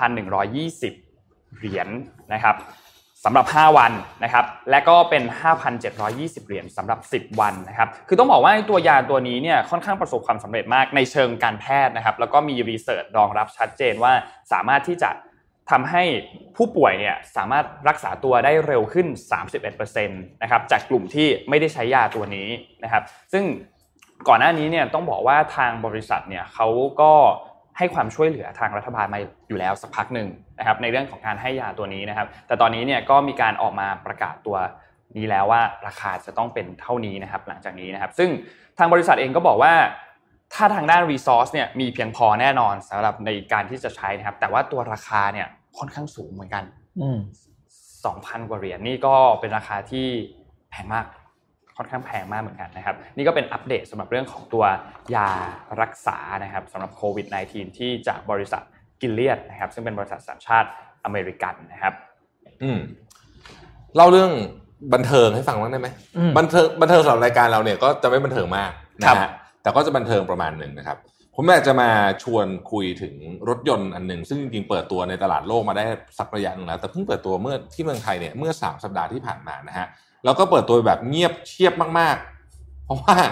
3,120 เหรียญนะครับสำหรับ5วันนะครับและก็เป็น 5,720 เหรียญสำหรับ10วันนะครับคือต้องบอกว่าตัวยาตัวนี้เนี่ยค่อนข้างประสบความสำเร็จมากในเชิงการแพทย์นะครับแล้วก็มีรีเสิร์ชรองรับชัดเจนว่าสามารถที่จะทำให้ผู้ป่วยเนี่ยสามารถรักษาตัวได้เร็วขึ้น 31% นะครับจากกลุ่มที่ไม่ได้ใช้ยาตัวนี้นะครับซึ่งก่อนหน้านี้เนี่ยต้องบอกว่าทางบริษัทเนี่ยเขาก็ให้ความช่วยเหลือทางรัฐบาลมาอยู่แล้วสักพักหนึ่งนะครับในเรื่องของการให้ยาตัวนี้นะครับแต่ตอนนี้เนี่ยก็มีการออกมาประกาศตัวนี้แล้วว่าราคาจะต้องเป็นเท่านี้นะครับหลังจากนี้นะครับซึ่งทางบริษัทเองก็บอกว่าถ้าทางด้าน resource เนี่ยมีเพียงพอแน่นอนสำหรับในการที่จะใช้นะครับแต่ว่าตัวราคาเนี่ยค่อนข้างสูงเหมือนกัน 2,000 กว่าเหรียญนี่ก็เป็นราคาที่แพงมากค่อนข้างแพงมากเหมือนกันนะครับนี่ก็เป็นอัปเดตสำหรับเรื่องของตัวยารักษานะครับสำหรับโควิด -19 ที่จากบริษัท Gilead นะครับซึ่งเป็นบริษัทสัญชาติอเมริกันนะครับเล่าเรื่องบันเทิงให้ฟังบ้างได้ไหมบันเทิงสำหรับรายการเราเนี่ยก็จะไม่บันเทิงมากนะฮะแต่ก็จะบันเทิงประมาณหนึ่งนะครับผมอยากจะมาชวนคุยถึงรถยนต์อันหนึ่งซึ่งจริงๆเปิดตัวในตลาดโลกมาได้สักระยะนึงแล้วแต่เพิ่งเปิดตัวเมื่อที่เมืองไทยเนี่ยเมื่อ3สัปดาห์ที่ผ่านมานะฮะแล้วก็เปิดตัวแบบเงียบเชียบมากๆเพราะว่า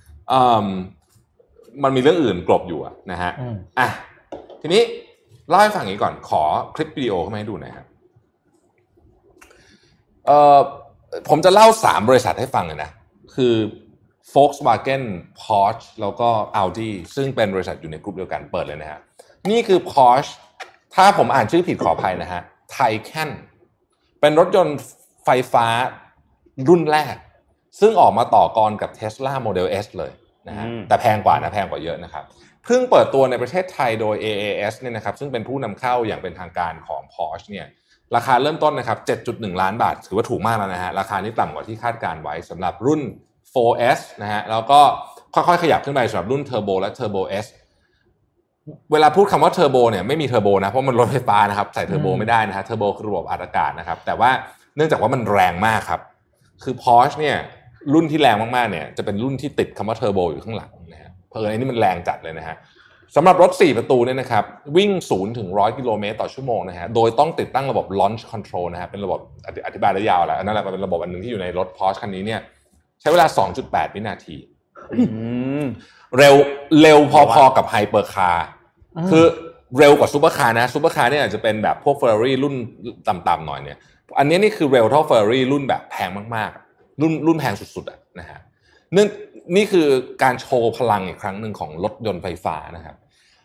มันมีเรื่องอื่นกลบอยู่นะฮะทีนี้เล่าให้ฟังอย่างนี้ก่อนขอคลิปวิดีโอเข้ามาให้ดูหน่อยครับผมจะเล่า3บริษัทให้ฟังเลยนะคือ Volkswagen Porsche แล้วก็ Audi ซึ่งเป็นบริษัทอยู่ในกลุ่มเดียวกันเปิดเลยนะฮะนี่คือ Porsche ถ้าผมอ่านชื่อผิดขออภัยนะฮะ Taycan เป็นรถยนต์ไฟฟ้ารุ่นแรกซึ่งออกมาต่อกรกับ Tesla Model S เลยนะฮะแต่แพงกว่าเยอะนะครับเพิ่งเปิดตัวในประเทศไทยโดย AAS เนี่ยนะครับซึ่งเป็นผู้นำเข้าอย่างเป็นทางการของ Porsche เนี่ยราคาเริ่มต้นนะครับ 7.1 ล้านบาทถือว่าถูกมากแล้วนะฮะราคานี้ต่ำกว่าที่คาดการไว้สำหรับรุ่น 4S นะฮะแล้วก็ค่อยๆขยับขึ้นไปสำหรับรุ่น Turbo และ Turbo S เวลาพูดคำว่า Turbo เนี่ยไม่มี Turbo นะเพราะมันรถไฟฟ้านะครับใส่ Turbo ไม่ได้นะฮะ Turbo คือระบบอัดอากาศนะครับแต่ว่าเนื่องจากว่ามันแรงมากครับคือ Porsche เนี่ยรุ่นที่แรงมากๆเนี่ยจะเป็นรุ่นที่ติดคำว่า Turbo อยู่ข้างหลังนะฮะเพราะอันนี้มันแรงจัดเลยนะฮะสำหรับรถ4ประตูเนี่ยนะครับวิ่ง0ถึง100กิโลเมตรต่อชั่วโมงนะฮะโดยต้องติดตั้งระบบ Launch Control นะฮะเป็นระบบอธิบายได้ยาวแล้วนั่นแหละเป็นระบบอันนึงที่อยู่ในรถ Porsche คันนี้เนี่ยใช้เวลา 2.8 วินาทีเร็วพอๆกับไฮเปอร์คาร์คือเร็วกว่าซุปเปอร์คาร์นะซุปเปอร์คาร์เนี่ยอาจจะเป็นแบบพวก Ferrari รุ่นต่ำๆหน่อยเนี่ยอันนี้นี่คือเร็วเท่า Ferrari รุ่นแบบแพงมากๆรุ่นแพงสุดๆนะฮะนี่คือการโชว์พลังอีกครั้งหนึ่งของรถยนต์ไฟฟ้านะครับ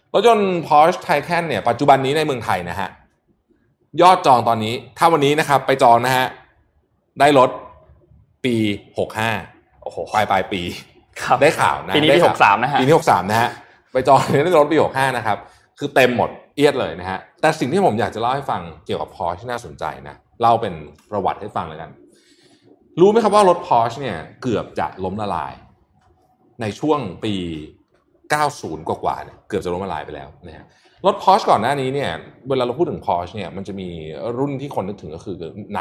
รถยนต์ Porsche Taycan เนี่ยปัจจุบันนี้ในเมืองไทยนะฮะยอดจองตอนนี้ถ้าวันนี้นะครับไปจองนะฮะได้รถปี65โอ้โหปลายปีได้ข่าวนะปีนี้ปี63นะฮะปีนี้63นะฮะไปจองได้รถปี65นะครับคือเต็มหมดเอียดเลยนะฮะแต่สิ่งที่ผมอยากจะเล่าให้ฟังเกี่ยวกับ Porsche ที่น่าสนใจนะเล่าเป็นประวัติให้ฟังเลยกันรู้ไหมครับว่ารถ Porsche เนี่ยเกือบจะล้มละลายในช่วงปี90กว่าๆเนี่ยเกือบจะล้มละลายไปแล้วนะฮะรถ Porsche ก่อนหน้านี้เนี่ยเวลาเราพูดถึง Porsche เนี่ยมันจะมีรุ่นที่คนนึกถึงก็คือ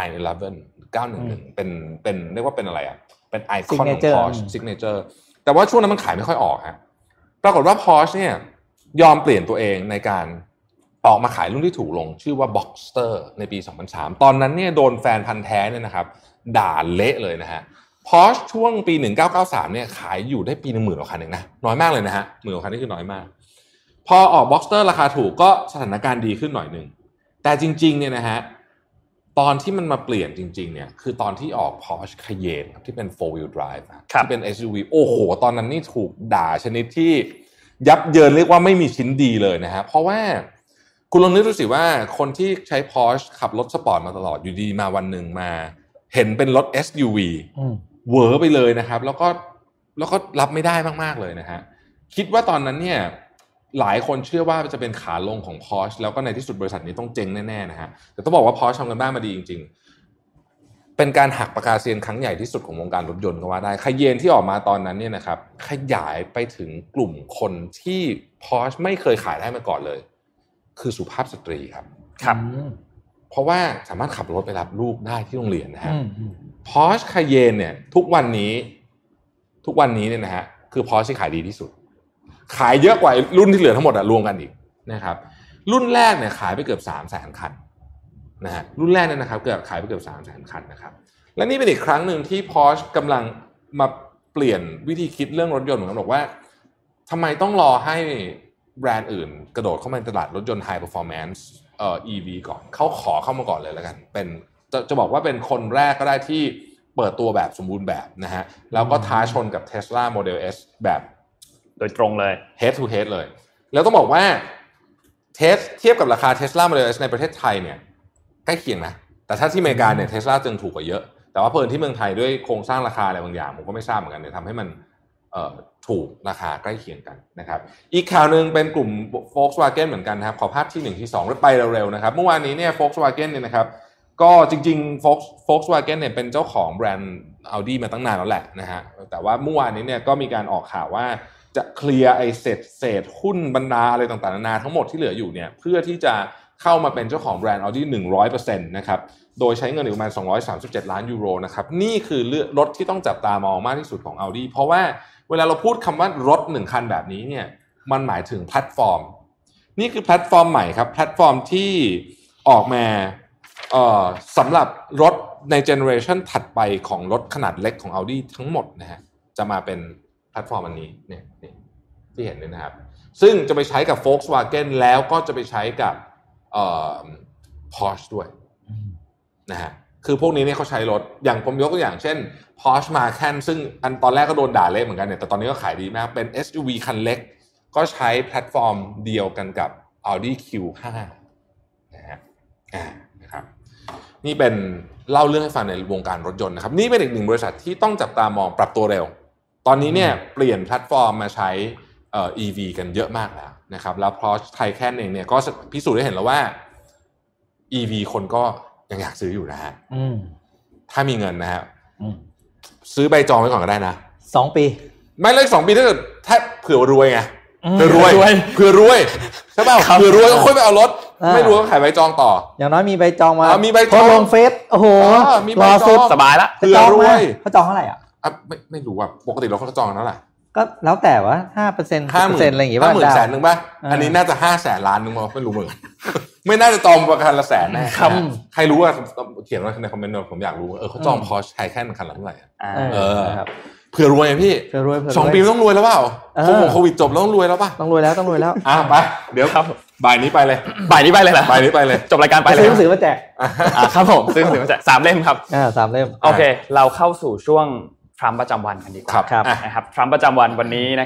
911เป็นเรียกว่าเป็นอะไรอ่ะเป็นไอคอนของ Porsche Signature แต่ว่าช่วงนั้นมันขายไม่ค่อยออกฮะปรากฏว่า Porsche เนี่ยยอมเปลี่ยนตัวเองในการออกมาขายรุ่นที่ถูกลงชื่อว่า Boxster ในปี2003ตอนนั้นเนี่ยโดนแฟนพันธุ์แท้เนี่ยนะครับด่าเละเลยนะฮะPorsche ช่วงปี1993เนี่ยขายอยู่ได้ปีนึง10,000 กว่าคันเองนะน้อยมากเลยนะฮะ10,000 กว่าคันนี่คือน้อยมากพอออก Boxster ราคาถูกก็สถานการณ์ดีขึ้นหน่อยนึงแต่จริงๆเนี่ยนะฮะตอนที่มันมาเปลี่ยนจริงๆเนี่ยคือตอนที่ออก Porsche Cayenne ที่เป็น 4 wheel drive ที่เป็น SUV โอ้โหตอนนั้นนี่ถูกด่าชนิดที่ยับเยินเรียกว่าไม่มีชิ้นดีเลยนะฮะเพราะว่าคุณลองนึกดูสิว่าคนที่ใช้ Porsche ขับรถสปอร์ตมาตลอดอยู่ดีมาวันหนึ่งมาเห็นเป็นรถ SUVเวอร์ไปเลยนะครับแล้วก็รับไม่ได้มากๆเลยนะฮะคิดว่าตอนนั้นเนี่ยหลายคนเชื่อว่าจะเป็นขาลงของ Porsche แล้วก็ในที่สุดบริษัทนี้ต้องเจ๊งแน่ๆนะฮะแต่ต้องบอกว่า Porsche ทำกันบ้านมาดีจริงๆเป็นการหักปากกาเซียนครั้งใหญ่ที่สุดของวงการรถยนต์ก็ว่าได้Cayenneที่ออกมาตอนนั้นเนี่ยนะครับขยายไปถึงกลุ่มคนที่ Porsche ไม่เคยขายได้มาก่อนเลยคือสุภาพสตรีครับเพราะว่าสามารถขับรถไปรับลูกได้ที่โรงเรียนนะฮะPorsche Cayenne เนี่ยทุกวันนี้เนี่ยนะฮะคือ Porsche ที่ขายดีที่สุดขายเยอะกว่ารุ่นที่เหลือทั้งหมดรวมกันอีกนะครับรุ่นแรกเนี่ยขายไปเกือบ 300,000 คันนะฮะรุ่นแรกเนี่ยนะครับขายไปเกือบ 300,000 คันนะครับและนี่เป็นอีกครั้งหนึ่งที่ Porsche กำลังมาเปลี่ยนวิธีคิดเรื่องรถยนต์เหมือนกันบอกว่าทำไมต้องรอให้แบรนด์อื่นกระโดดเข้ามาในตลาดรถยนต์ High Performance EV ก่อนเขาขอเข้ามาก่อนเลยแล้วกันเป็นจะบอกว่าเป็นคนแรกก็ได้ที่เปิดตัวแบบสมบูรณ์แบบนะฮะแล้วก็ท้าชนกับ Tesla Model S แบบโดยตรงเลย head to head เลยแล้วต้องบอกว่าเทียบกับราคา Tesla Model S ในประเทศไทยเนี่ยใกล้เคียงนะแต่ถ้าที่อเมริกาเนี่ย Tesla จึงถูกกว่าเยอะแต่ว่าเพิ่นที่เมืองไทยด้วยโครงสร้างราคาอะไรบางอย่างผมก็ไม่ทราบเหมือนกันเนี่ยทำให้มันถูกราคาใกล้เคียงกันนะครับอีกข่าวนึงเป็นกลุ่ม Volkswagen เหมือนกันนะครับขอภาพที่1ที่2แล้วไปเร็วๆนะครับเมื่อวานนี้เนี่ย Volkswagen เนี่ยนะครับก็จริงๆ Volkswagen เนี่ยเป็นเจ้าของแบรนด์ Audi มาตั้งนานแล้วแหละนะฮะแต่ว่าเมื่อวานนี้เนี่ยก็มีการออกข่าวว่าจะเคลียร์ไอ้เศษหุ้นบรรดาอะไรต่างๆนานาทั้งหมดที่เหลืออยู่เนี่ยเพื่อที่จะเข้ามาเป็นเจ้าของแบรนด์ Audi 100% นะครับโดยใช้เงินประมาณ237 ล้านยูโรนะครับนี่คือรถที่ต้องจับตามองมากที่สุดของ Audi เพราะว่าเวลาเราพูดคำว่ารถ1คันแบบนี้เนี่ยมันหมายถึงแพลตฟอร์มนี่คือแพลตฟอร์มใหม่ครับแพลตฟอร์มที่ออกมาสำหรับรถในเจเนอเรชันถัดไปของรถขนาดเล็กของ Audi ทั้งหมดนะฮะจะมาเป็นแพลตฟอร์มอันนี้เนี่ยที่เห็นนี่นะครับซึ่งจะไปใช้กับ Volkswagen แล้วก็จะไปใช้กับPorsche ด้วยนะฮะคือพวกนี้เนี่ยเขาใช้รถอย่างผมยกตัวอย่างเช่น Porsche Macan ซึ่งอันตอนแรกก็โดนด่าเละเหมือนกันเนี่ยแต่ตอนนี้ก็ขายดีมากเป็น SUV คันเล็กก็ใช้แพลตฟอร์มเดียวกันกับ Audi Q5 นะฮะนะครับนี่เป็นเล่าเรื่องให้ฟังในวงการรถยนต์นะครับนี่เป็นอีกหนึ่งบริษัทที่ต้องจับตามองปรับตัวเร็วตอนนี้เนี่ยเปลี่ยนแพลตฟอร์มมาใช้EV กันเยอะมากแล้วนะครับแล้ว Porsche Taycan เองเนี่ยก็พิสูจน์ได้เห็นแล้วว่า EV คนก็ยังอยากซื้ออยู่นะฮะถ้ามีเงินนะฮะซื้อใบจองไว้ก่อนก็ได้นะ 2 ปีไม่เลย2 ปีถ้าเกิดถ้าเผื่อรวยไงเผื่อรวยใช่ป่ะเผื่อรวยก็ค่อยไปเอารถไม่รวยก็ขายใบจองต่ออย่างน้อยมีใบจองมามีใบจองลงเฟซโอ้โหมีใบจองสบายละเผื่อรวยเขาจองเท่าไหร่อ่ะไม่รู้ว่าปกติเราเขาจองเท่าไหร่ก็แล้วแต่ว่า 5% 10% อะไรอย่างงี้ป่ะ 50,000 นึงป่ะอันนี้น่าจะ500,000 ล้านนึงมั้งไม่รู้เหมือนกันไม่น่าจะจองประกันละแสนแน่ใครรู้ว่าเขียนไว้ในคอมเมนต์ผมอยากรู้เขาจอง Porsche Taycan คันละเท่าไหร่ครับเผื่อรวยพี่2 ปีต้องรวยแล้วเปล่าโควิดจบแล้วต้องรวยแล้วป่ะต้องรวยแล้วไปเดี๋ยวครับบ่ายนี้ไปเลยเหรอบ่ายนี้ไปเลยจบรายการไปเลยซื้อหนังสือมาแจกครับผมซื้อหนังสือมาแจก3 เล่มครับ 3 เล่มโอเคเราเข้าสู่ช่วงทรัมป์ประจำวันกันดีกว่านะครับทรัมป์ประจำวันวันนี้นะครับ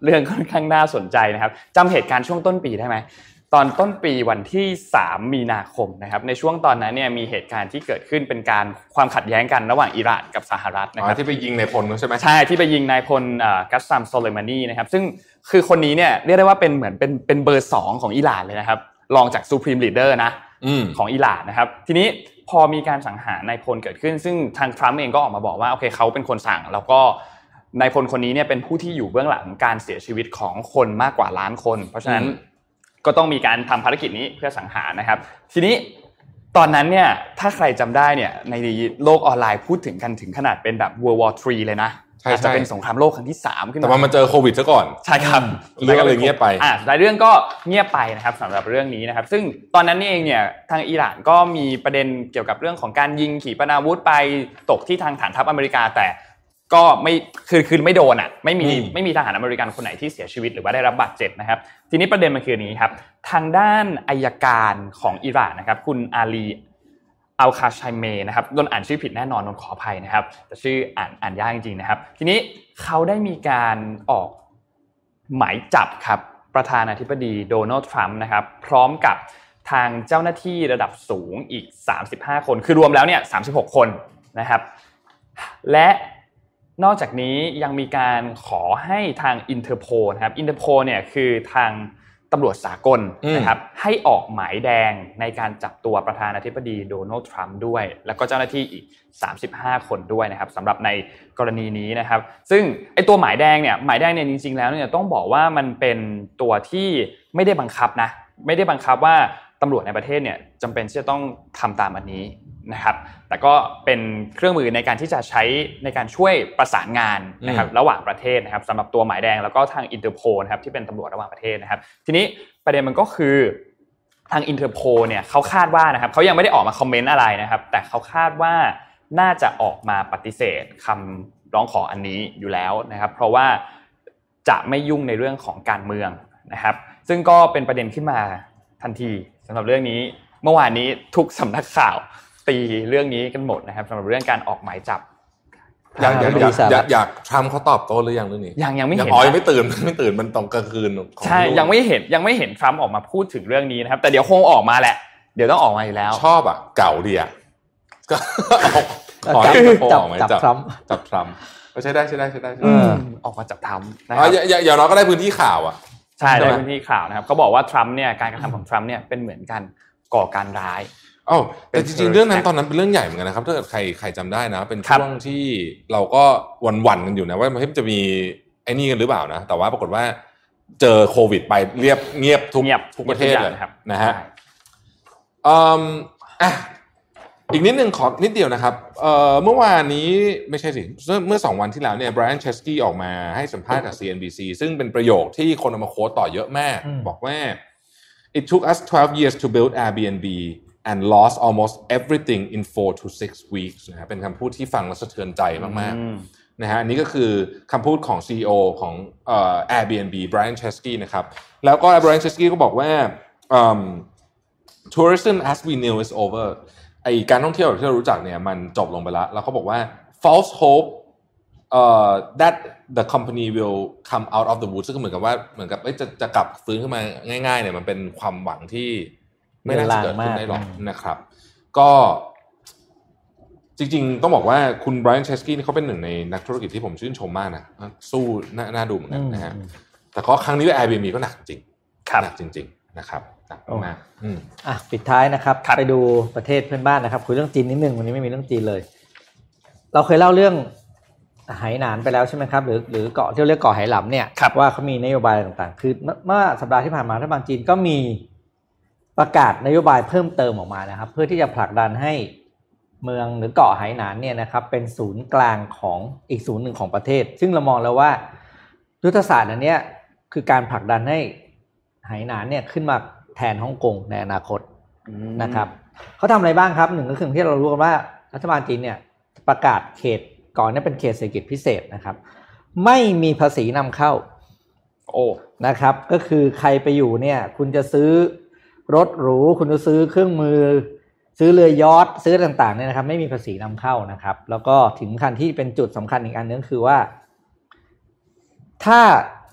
เรื่องค่อนข้างน่าสนใจนะครับจำเหตุการณ์ช่วงต้นปีได้ไหมตอนต้นปีวันที่3มีนาคมนะครับในช่วงตอนนั้นเนี่ยมีเหตุการณ์ที่เกิดขึ้นเป็นการความขัดแย้งกันระหว่างอิหร่านกับสหรัฐนะครับที่ไปยิงนายพลใช่ไหมใช่ที่ไปยิงนายพลกัสซัมโซเลมานีนะครับซึ่งคือคนนี้เนี่ยเรียกได้ว่าเป็นเหมือนเป็นเบอร์2ของอิหร่านเลยนะครับรองจากซูพรีมลีดเดอร์นะของอิหร่านนะครับทีนี้พอมีการสังหารนายพลเกิดขึ้นซึ่งทางทรัมป์เองก็ออกมาบอกว่าโอเคเขาเป็นคนสั่งแล้วก็นายพลคนนี้เนี่ยเป็นผู้ที่อยู่เบื้องหลังการเสียชีวิตของคนมากกว่าล้านคนเพราะฉะนั้นก็ต้องมีการทำภารกิจนี้เพื่อสังหารนะครับทีนี้ตอนนั้นเนี่ยถ้าใครจำได้เนี่ยในโลกออนไลน์พูดถึงกันถึงขนาดเป็นแบบ World War 3เลยนะอาจจะเป็นสงครามโลกครั้งที่3ขึ้นมาแต่ว่ามันเจอโควิดซะก่อนใช่ครับเรื่องอะไรเงียบไปหลายเรื่องก็เงียบไปนะครับสำหรับเรื่องนี้นะครับซึ่งตอนนั้นเองเนี่ยทางอิหร่านก็มีประเด็นเกี่ยวกับเรื่องของการยิงขีปนาวุธไปตกที่ทางฐานทัพอเมริกาแต่ก็ไม่คือไม่โดนอ่ะไม่มีทหารอเมริกันคนไหนที่เสียชีวิตหรือว่าได้รับบาดเจ็บนะครับทีนี้ประเด็นมันคืออย่างนี้ครับทางด้านอัยการของอิหร่านนะครับคุณอาลีอัลคาชัยเมนะครับโดนอ่านชื่อผิดแน่นอนขออภัยนะครับแต่ชื่ออ่านยากจริงๆนะครับทีนี้เขาได้มีการออกหมายจับครับประธานาธิบดีโดนัลด์ทรัมป์นะครับพร้อมกับทางเจ้าหน้าที่ระดับสูงอีก35คนคือรวมแล้วเนี่ย36คนนะครับและนอกจากนี้ยังมีการขอให้ทางอินเตอร์โพลนะครับอินเตอร์โพลเนี่ยคือทางตำรวจสากลนะครับให้ออกหมายแดงในการจับตัวประธานาธิบดีโดนัลด์ทรัมป์ด้วยแล้วก็เจ้าหน้าที่อีก35คนด้วยนะครับสำหรับในกรณีนี้นะครับซึ่งไอ้ตัวหมายแดงเนี่ยจริงๆแล้วเนี่ยต้องบอกว่ามันเป็นตัวที่ไม่ได้บังคับนะไม่ได้บังคับว่าตำรวจในประเทศเนี่ยจำเป็นที่จะต้องทำตามอันนี้นะครับแต่ก็เป็นเครื่องมือในการที่จะใช้ในการช่วยประสานงานนะครับระหว่างประเทศนะครับสำหรับตัวหมายแดงแล้วก็ทางอินเตอร์โพลนะครับที่เป็นตำรวจระหว่างประเทศนะครับทีนี้ประเด็นมันก็คือทางอินเตอร์โพลเนี่ยเขาคาดว่านะครับเขายังไม่ได้ออกมาคอมเมนต์อะไรนะครับแต่เขาคาดว่าน่าจะออกมาปฏิเสธคำร้องขออันนี้อยู่แล้วนะครับเพราะว่าจะไม่ยุ่งในเรื่องของการเมืองนะครับซึ่งก็เป็นประเด็นขึ้นมาทันทีสำหรับเรื่องนี้เมื่อวานนี้ทุกสำนักข่าวตีเรื่องนี้กันหมดนะครับสำหรับเรื่องการออกหมายจับอยากทรัมป์เขาตอบโต้หรือยังเรื่องนี้ยังไม่เห็นไม่ตื่นมันตรงกลางคืนใช่ยังไม่เห็นทรัมป์ออกมาพูดถึงเรื่องนี้นะครับแต่เดี๋ยวคงออกมาแหละเดี๋ยวต้องออกมาอยู่แล้วชอบอ่ะเก่าดีอ่ะก็จับทรัมป์ใช้ได้ออกมาจับทรัมป์นะครับอย่างน้อยก็ได้พื้นที่ข่าวอ่ะใช่ได้พื้นที่ข่าวนะครับเขาบอกว่าทรัมป์เนี่ยการกระทำของทรัมป์เนี่ยเป็นเหมือนกันก่อการร้ายแต่จริงๆเรื่องนั้นตอนนั้นเป็นเรื่องใหญ่เหมือนกันนะครับถ้าเกิดใครจำได้นะเป็นช่วงที่เราก็หวั่นกันอยู่นะว่ามันจะมีไอ้นี่กันหรือเปล่านะแต่ว่าปรากฏว่าเจอโควิดไปเงียบทุกประเทศเลยนะฮะอีกนิดนึงขอนิดเดียวนะครับเมื่อวานนี้ไม่ใช่สิเมื่อ2วันที่แล้วเนี่ยไบรอันเชสกี้ออกมาให้สัมภาษณ์กับ CNBC ซึ่งเป็นประโยคที่คนเอามาโค้ดต่อเยอะมากบอกว่า It took us 12 years to build Airbnb and lost almost everything in 4 to 6 weeks นะฮะเป็นคำพูดที่ฟังแล้วสะเทือนใจมากๆนะฮะอันนี้ก็คือคำพูดของ CEO ของAirbnb Brian Chesky นะครับแล้วก็ Brian Chesky ก็บอกว่าtourism as we knew is over ไอการท่องเที่ยวที่เรารู้จักเนี่ยมันจบลงไปแล้วเขาบอกว่า false hope that the company will come out of the woods ซึ่งเหมือนกับจะกลับฟื้นขึ้นมาง่ายๆเนี่ยมันเป็นความหวังที่ไม่น่าจะเกิดขึ้นได้หรอกนะครับก็จริงๆต้องบอกว่าคุณไบรอันเชสกี้นี่เขาเป็นหนึ่งในนักธุรกิจที่ผมชื่นชมมากนะสู้น่าดูเหมือนกันนะฮะแต่ก็ครั้งนี้ Airbnb ก็หนักจริงหนักจริงๆนะครับหนักมากปิดท้ายนะครับไปดูประเทศเพื่อนบ้านนะครับคุยเรื่องจีนนิดนึงวันนี้ไม่มีเรื่องจีนเลยเราเคยเล่าเรื่องไหหนานไปแล้วใช่ไหมครับหรือเกาะที่เรียกเกาะไหหลำเนี่ยว่าเขามีนโยบายต่างๆคือเมื่อสัปดาห์ที่ผ่านมารัฐบาลจีนก็มีประกาศนโยบายเพิ่มเติมออกมานะครับเพื่อที่จะผลักดันให้เมืองหรือเกาะไหหนานเนี่ยนะครับเป็นศูนย์กลางของอีกศูนย์หนึ่งของประเทศซึ่งเรามองแล้วว่ายุทธศาสตร์อันนี้คือการผลักดันให้ไหหนานเนี่ยขึ้นมาแทนฮ่องกงในอนาคตนะครับเขาทำอะไรบ้างครับหนึ่งก็คือที่เรารู้กันว่ารัฐบาลจีนเนี่ยประกาศเขตก่อนนี้เป็นเขตเศรษฐกิจพิเศษนะครับไม่มีภาษีนำเข้านะครับก็คือใครไปอยู่เนี่ยคุณจะซื้อรถหรูคุณจะซื้อเครื่องมือซื้อเรือยอชต์ซื้อต่างๆเนี่ยนะครับไม่มีภาษีนำเข้านะครับแล้วก็ถึงขั้นที่เป็นจุดสำคัญอีกอันนึงคือว่าถ้า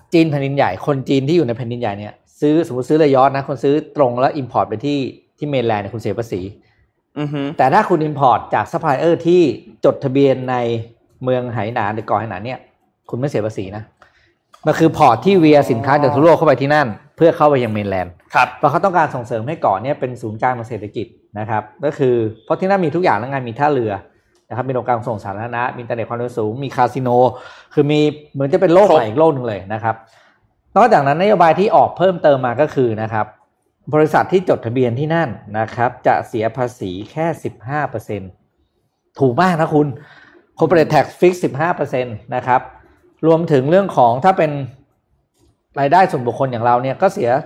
จีนแผ่นดินใหญ่คนจีนที่อยู่ในแผ่นดินใหญ่เนี่ยสมมติซื้อเรือยอชต์นะคนซื้อตรงแล้วอิมพอร์ตไปที่เมนแลนด์เนี่ยคุณเสียภาษีแต่ถ้าคุณอิมพอร์ตจากซัพพลายเออร์ที่จดทะเบียนในเมืองไหหนานหรือเกาะไหหนานเนี่ยคุณไม่เสียภาษีนะมันคือพอร์ตที่เวียสินค้าจากทั่วโลกเข้าไปที่นั่นเพื่อเข้าไปยังเมนแลนด์เพราะเขาต้องการส่งเสริมให้เกาะเนี่ยเป็นศูนย์กลางทางเศรษฐกิจนะครับก็คือเพราะที่นั่นมีทุกอย่างแล้วไงมีท่าเรือนะครับมีโรงการขนส่งสาธารณะมีอินเทอร์เน็ตความเร็วสูงมีคาสิโนคือมีเหมือนจะเป็นโลกใหม่อีกโลกนึงเลยนะครับนอกจากนั้นนโยบายที่ออกเพิ่มเติมมาก็คือนะครับบริษัทที่จดทะเบียนที่นั่นนะครับจะเสียภาษีแค่ 15% ถูกมากนะคุณ Corporate Tax Fix 15% นะครับรวมถึงเรื่องของถ้าเป็นรายได้ส่วนบุคคลอย่างเราเนี่ยก็เสีย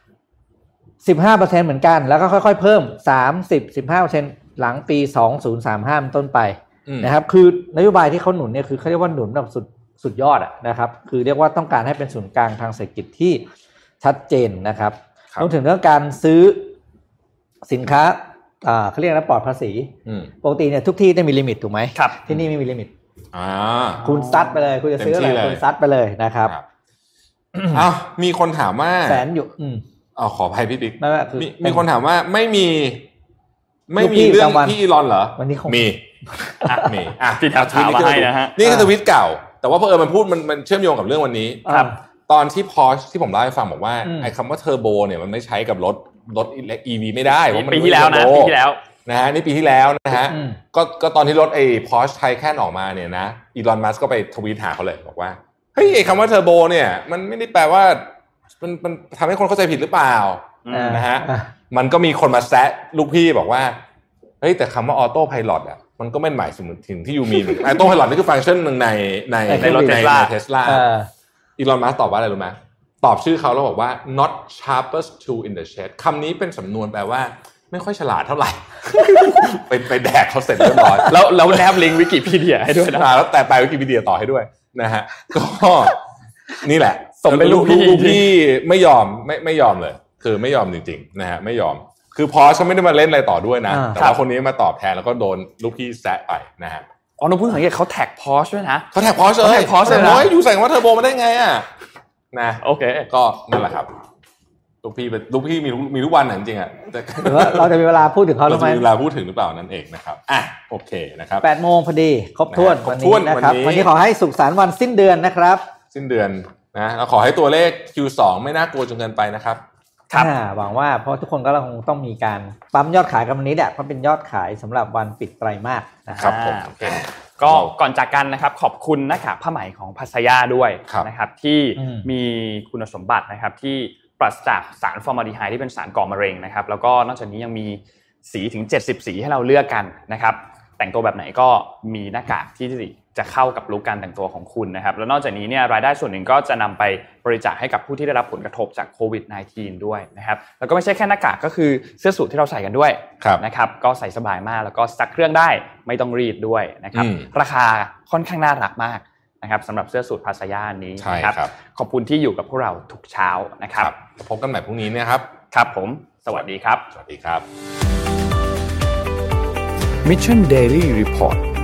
15% เหมือนกันแล้วก็ค่อยๆเพิ่ม 30-15% หลังปี 2035เป็นต้นไปนะครับคือนโยบายที่เขาหนุนเนี่ยคือเขาเรียกว่าหนุนแบบสุดยอดนะครับคือเรียกว่าต้องการให้เป็นศูนย์กลางทางเศรษฐกิจที่ชัดเจนนะครับรวมถึงเรื่องการซื้อสินค้าเขาเรียกนะปลอดภาษีปกติเนี่ยทุกที่จะมีลิมิตถูกไหมที่นี่ไม่มีลิมิตคุณซัดไปเลยคุณจะซื้ออะไรคุณซัดไปเลยนะครับอ้าวมีคนถามว่าแสนอยู่ขออภัยพี่บิ๊กมีคนถามว่าไม่มีเรื่องพี่อีลอนเหรอมีที่ถามมาให้นะฮะนี่คือทวิตเก่าแต่ว่าเผอิญมันพูดมันเชื่อมโยงกับเรื่องวันนี้ครับตอนที่ Porsche ที่ผมเล่าให้ฟังบอกว่าไอ้คำว่าเทอร์โบเนี่ยมันไม่ใช้กับรถ EV ไม่ได้เพราะมันปีที่แล้วนะปีที่แล้วนะฮะนี่ปีที่แล้วนะฮะก็ตอนที่รถไอ้ Porsche Taycanออกมาเนี่ยนะอีลอนมัสก์ก็ไปทวีตหาเขาเลยบอกว่าเฮ้ยไอ้คำว่าเทอร์โบเนี่ยมันไม่ได้แปลว่ามันทำให้คนเข้าใจผิดหรือเปล่านะฮะมันก็มีคนมาแซะลูกพี่บอกว่าเฮ้ยแต่คำว่าออโต้ไพลอตอ่ะมันก็ไม่หมายถึงที่ยูมีออโต้ไพลอตนี่คือฟังก์ชันหนึ่งในรถเทสลาอีลอนมัสก์ตอบว่าอะไรรู้ไหมตอบชื่อเขาแล้วบอกว่า not sharpest tool in the shed คำนี้เป็นสำนวนแปลว่าไม่ค่อยฉลาดเท่าไหร่ ไปแดกเขาเสร็จเรียบร้อยแล้วแนบลิงก์วิกิพีเดียให้ด้วยนะแล้วแต่ไปวิกิพีเดียต่อให้ด้วยนะฮะก็นี่แหละสมเป็นลูกพี่ไม่ยอมเลยคือไม่ยอมจริงๆนะฮะไม่ยอมคือพอฉันไม่ได้มาเล่นอะไรต่อด้วยนะแต่ว่าคนนี้มาตอบแทนแล้วก็โดนลูกพี่แซะไปนะฮะน้องเพิ่งสังเกตเขาแท็กพอชด้วยนะเขาแท็กพอชเลยอยู่ใส่ว่าเทอร์โบมาได้ไงอ่ะนะโอเคก็นั่นแหละครับลูกพี่มีทุกวันจริงๆอ่ะแต่เราจะมีเวลาพูดถึงเขาหรือไม่มีเวลาพูดถึงหรือเปล่านั่นเองนะครับโอเคนะครับ 8 โมงพอดีครบถ้วนวันนี้นะครับวันนี้ขอให้สุขสันต์วันสิ้นเดือนนะครับสิ้นเดือนนะแล้วขอให้ตัวเลข Q2 ไม่น่ากลัวจนเกินไปนะครับครับหวังว่าเพราะทุกคนก็คงต้องมีการปั๊มยอดขายกันวันนี้แหละเพราะเป็นยอดขายสำหรับวันปิดไตรมาสนะครับผมก็ก่อนจากกันนะครับขอบคุณหน้ากากผ้าไหมของภัสยาด้วยนะครับที่มีคุณสมบัตินะครับที่ปราศจากสารฟอร์มาลดีไฮด์ที่เป็นสารก่อมะเร็งนะครับแล้วก็นอกจากนี้ยังมีสีถึง70สีให้เราเลือกกันนะครับแต่งตัวแบบไหนก็มีหน้ากากที่จะเข้ากับลุคการแต่งตัวของคุณนะครับแล้วนอกจากนี้เนี่ยรายได้ส่วนหนึ่งก็จะนำไปบริจาคให้กับผู้ที่ได้รับผลกระทบจากโควิด -19 ด้วยนะครับแล้วก็ไม่ใช่แค่หน้ากากก็คือเสื้อสูทที่เราใส่กันด้วยนะครับก็ใส่สบายมากแล้วก็ซักเครื่องได้ไม่ต้องรีดด้วยนะครับราคาค่อนข้างน่ารักมากนะครับสำหรับเสื้อสูทภัสยานี้นะครับขอบคุณที่อยู่กับพวกเราทุกเช้านะครับพบกันใหม่พรุ่งนี้นะครับครับผมสวัสดีครับสวัสดีครับ Mission Daily Report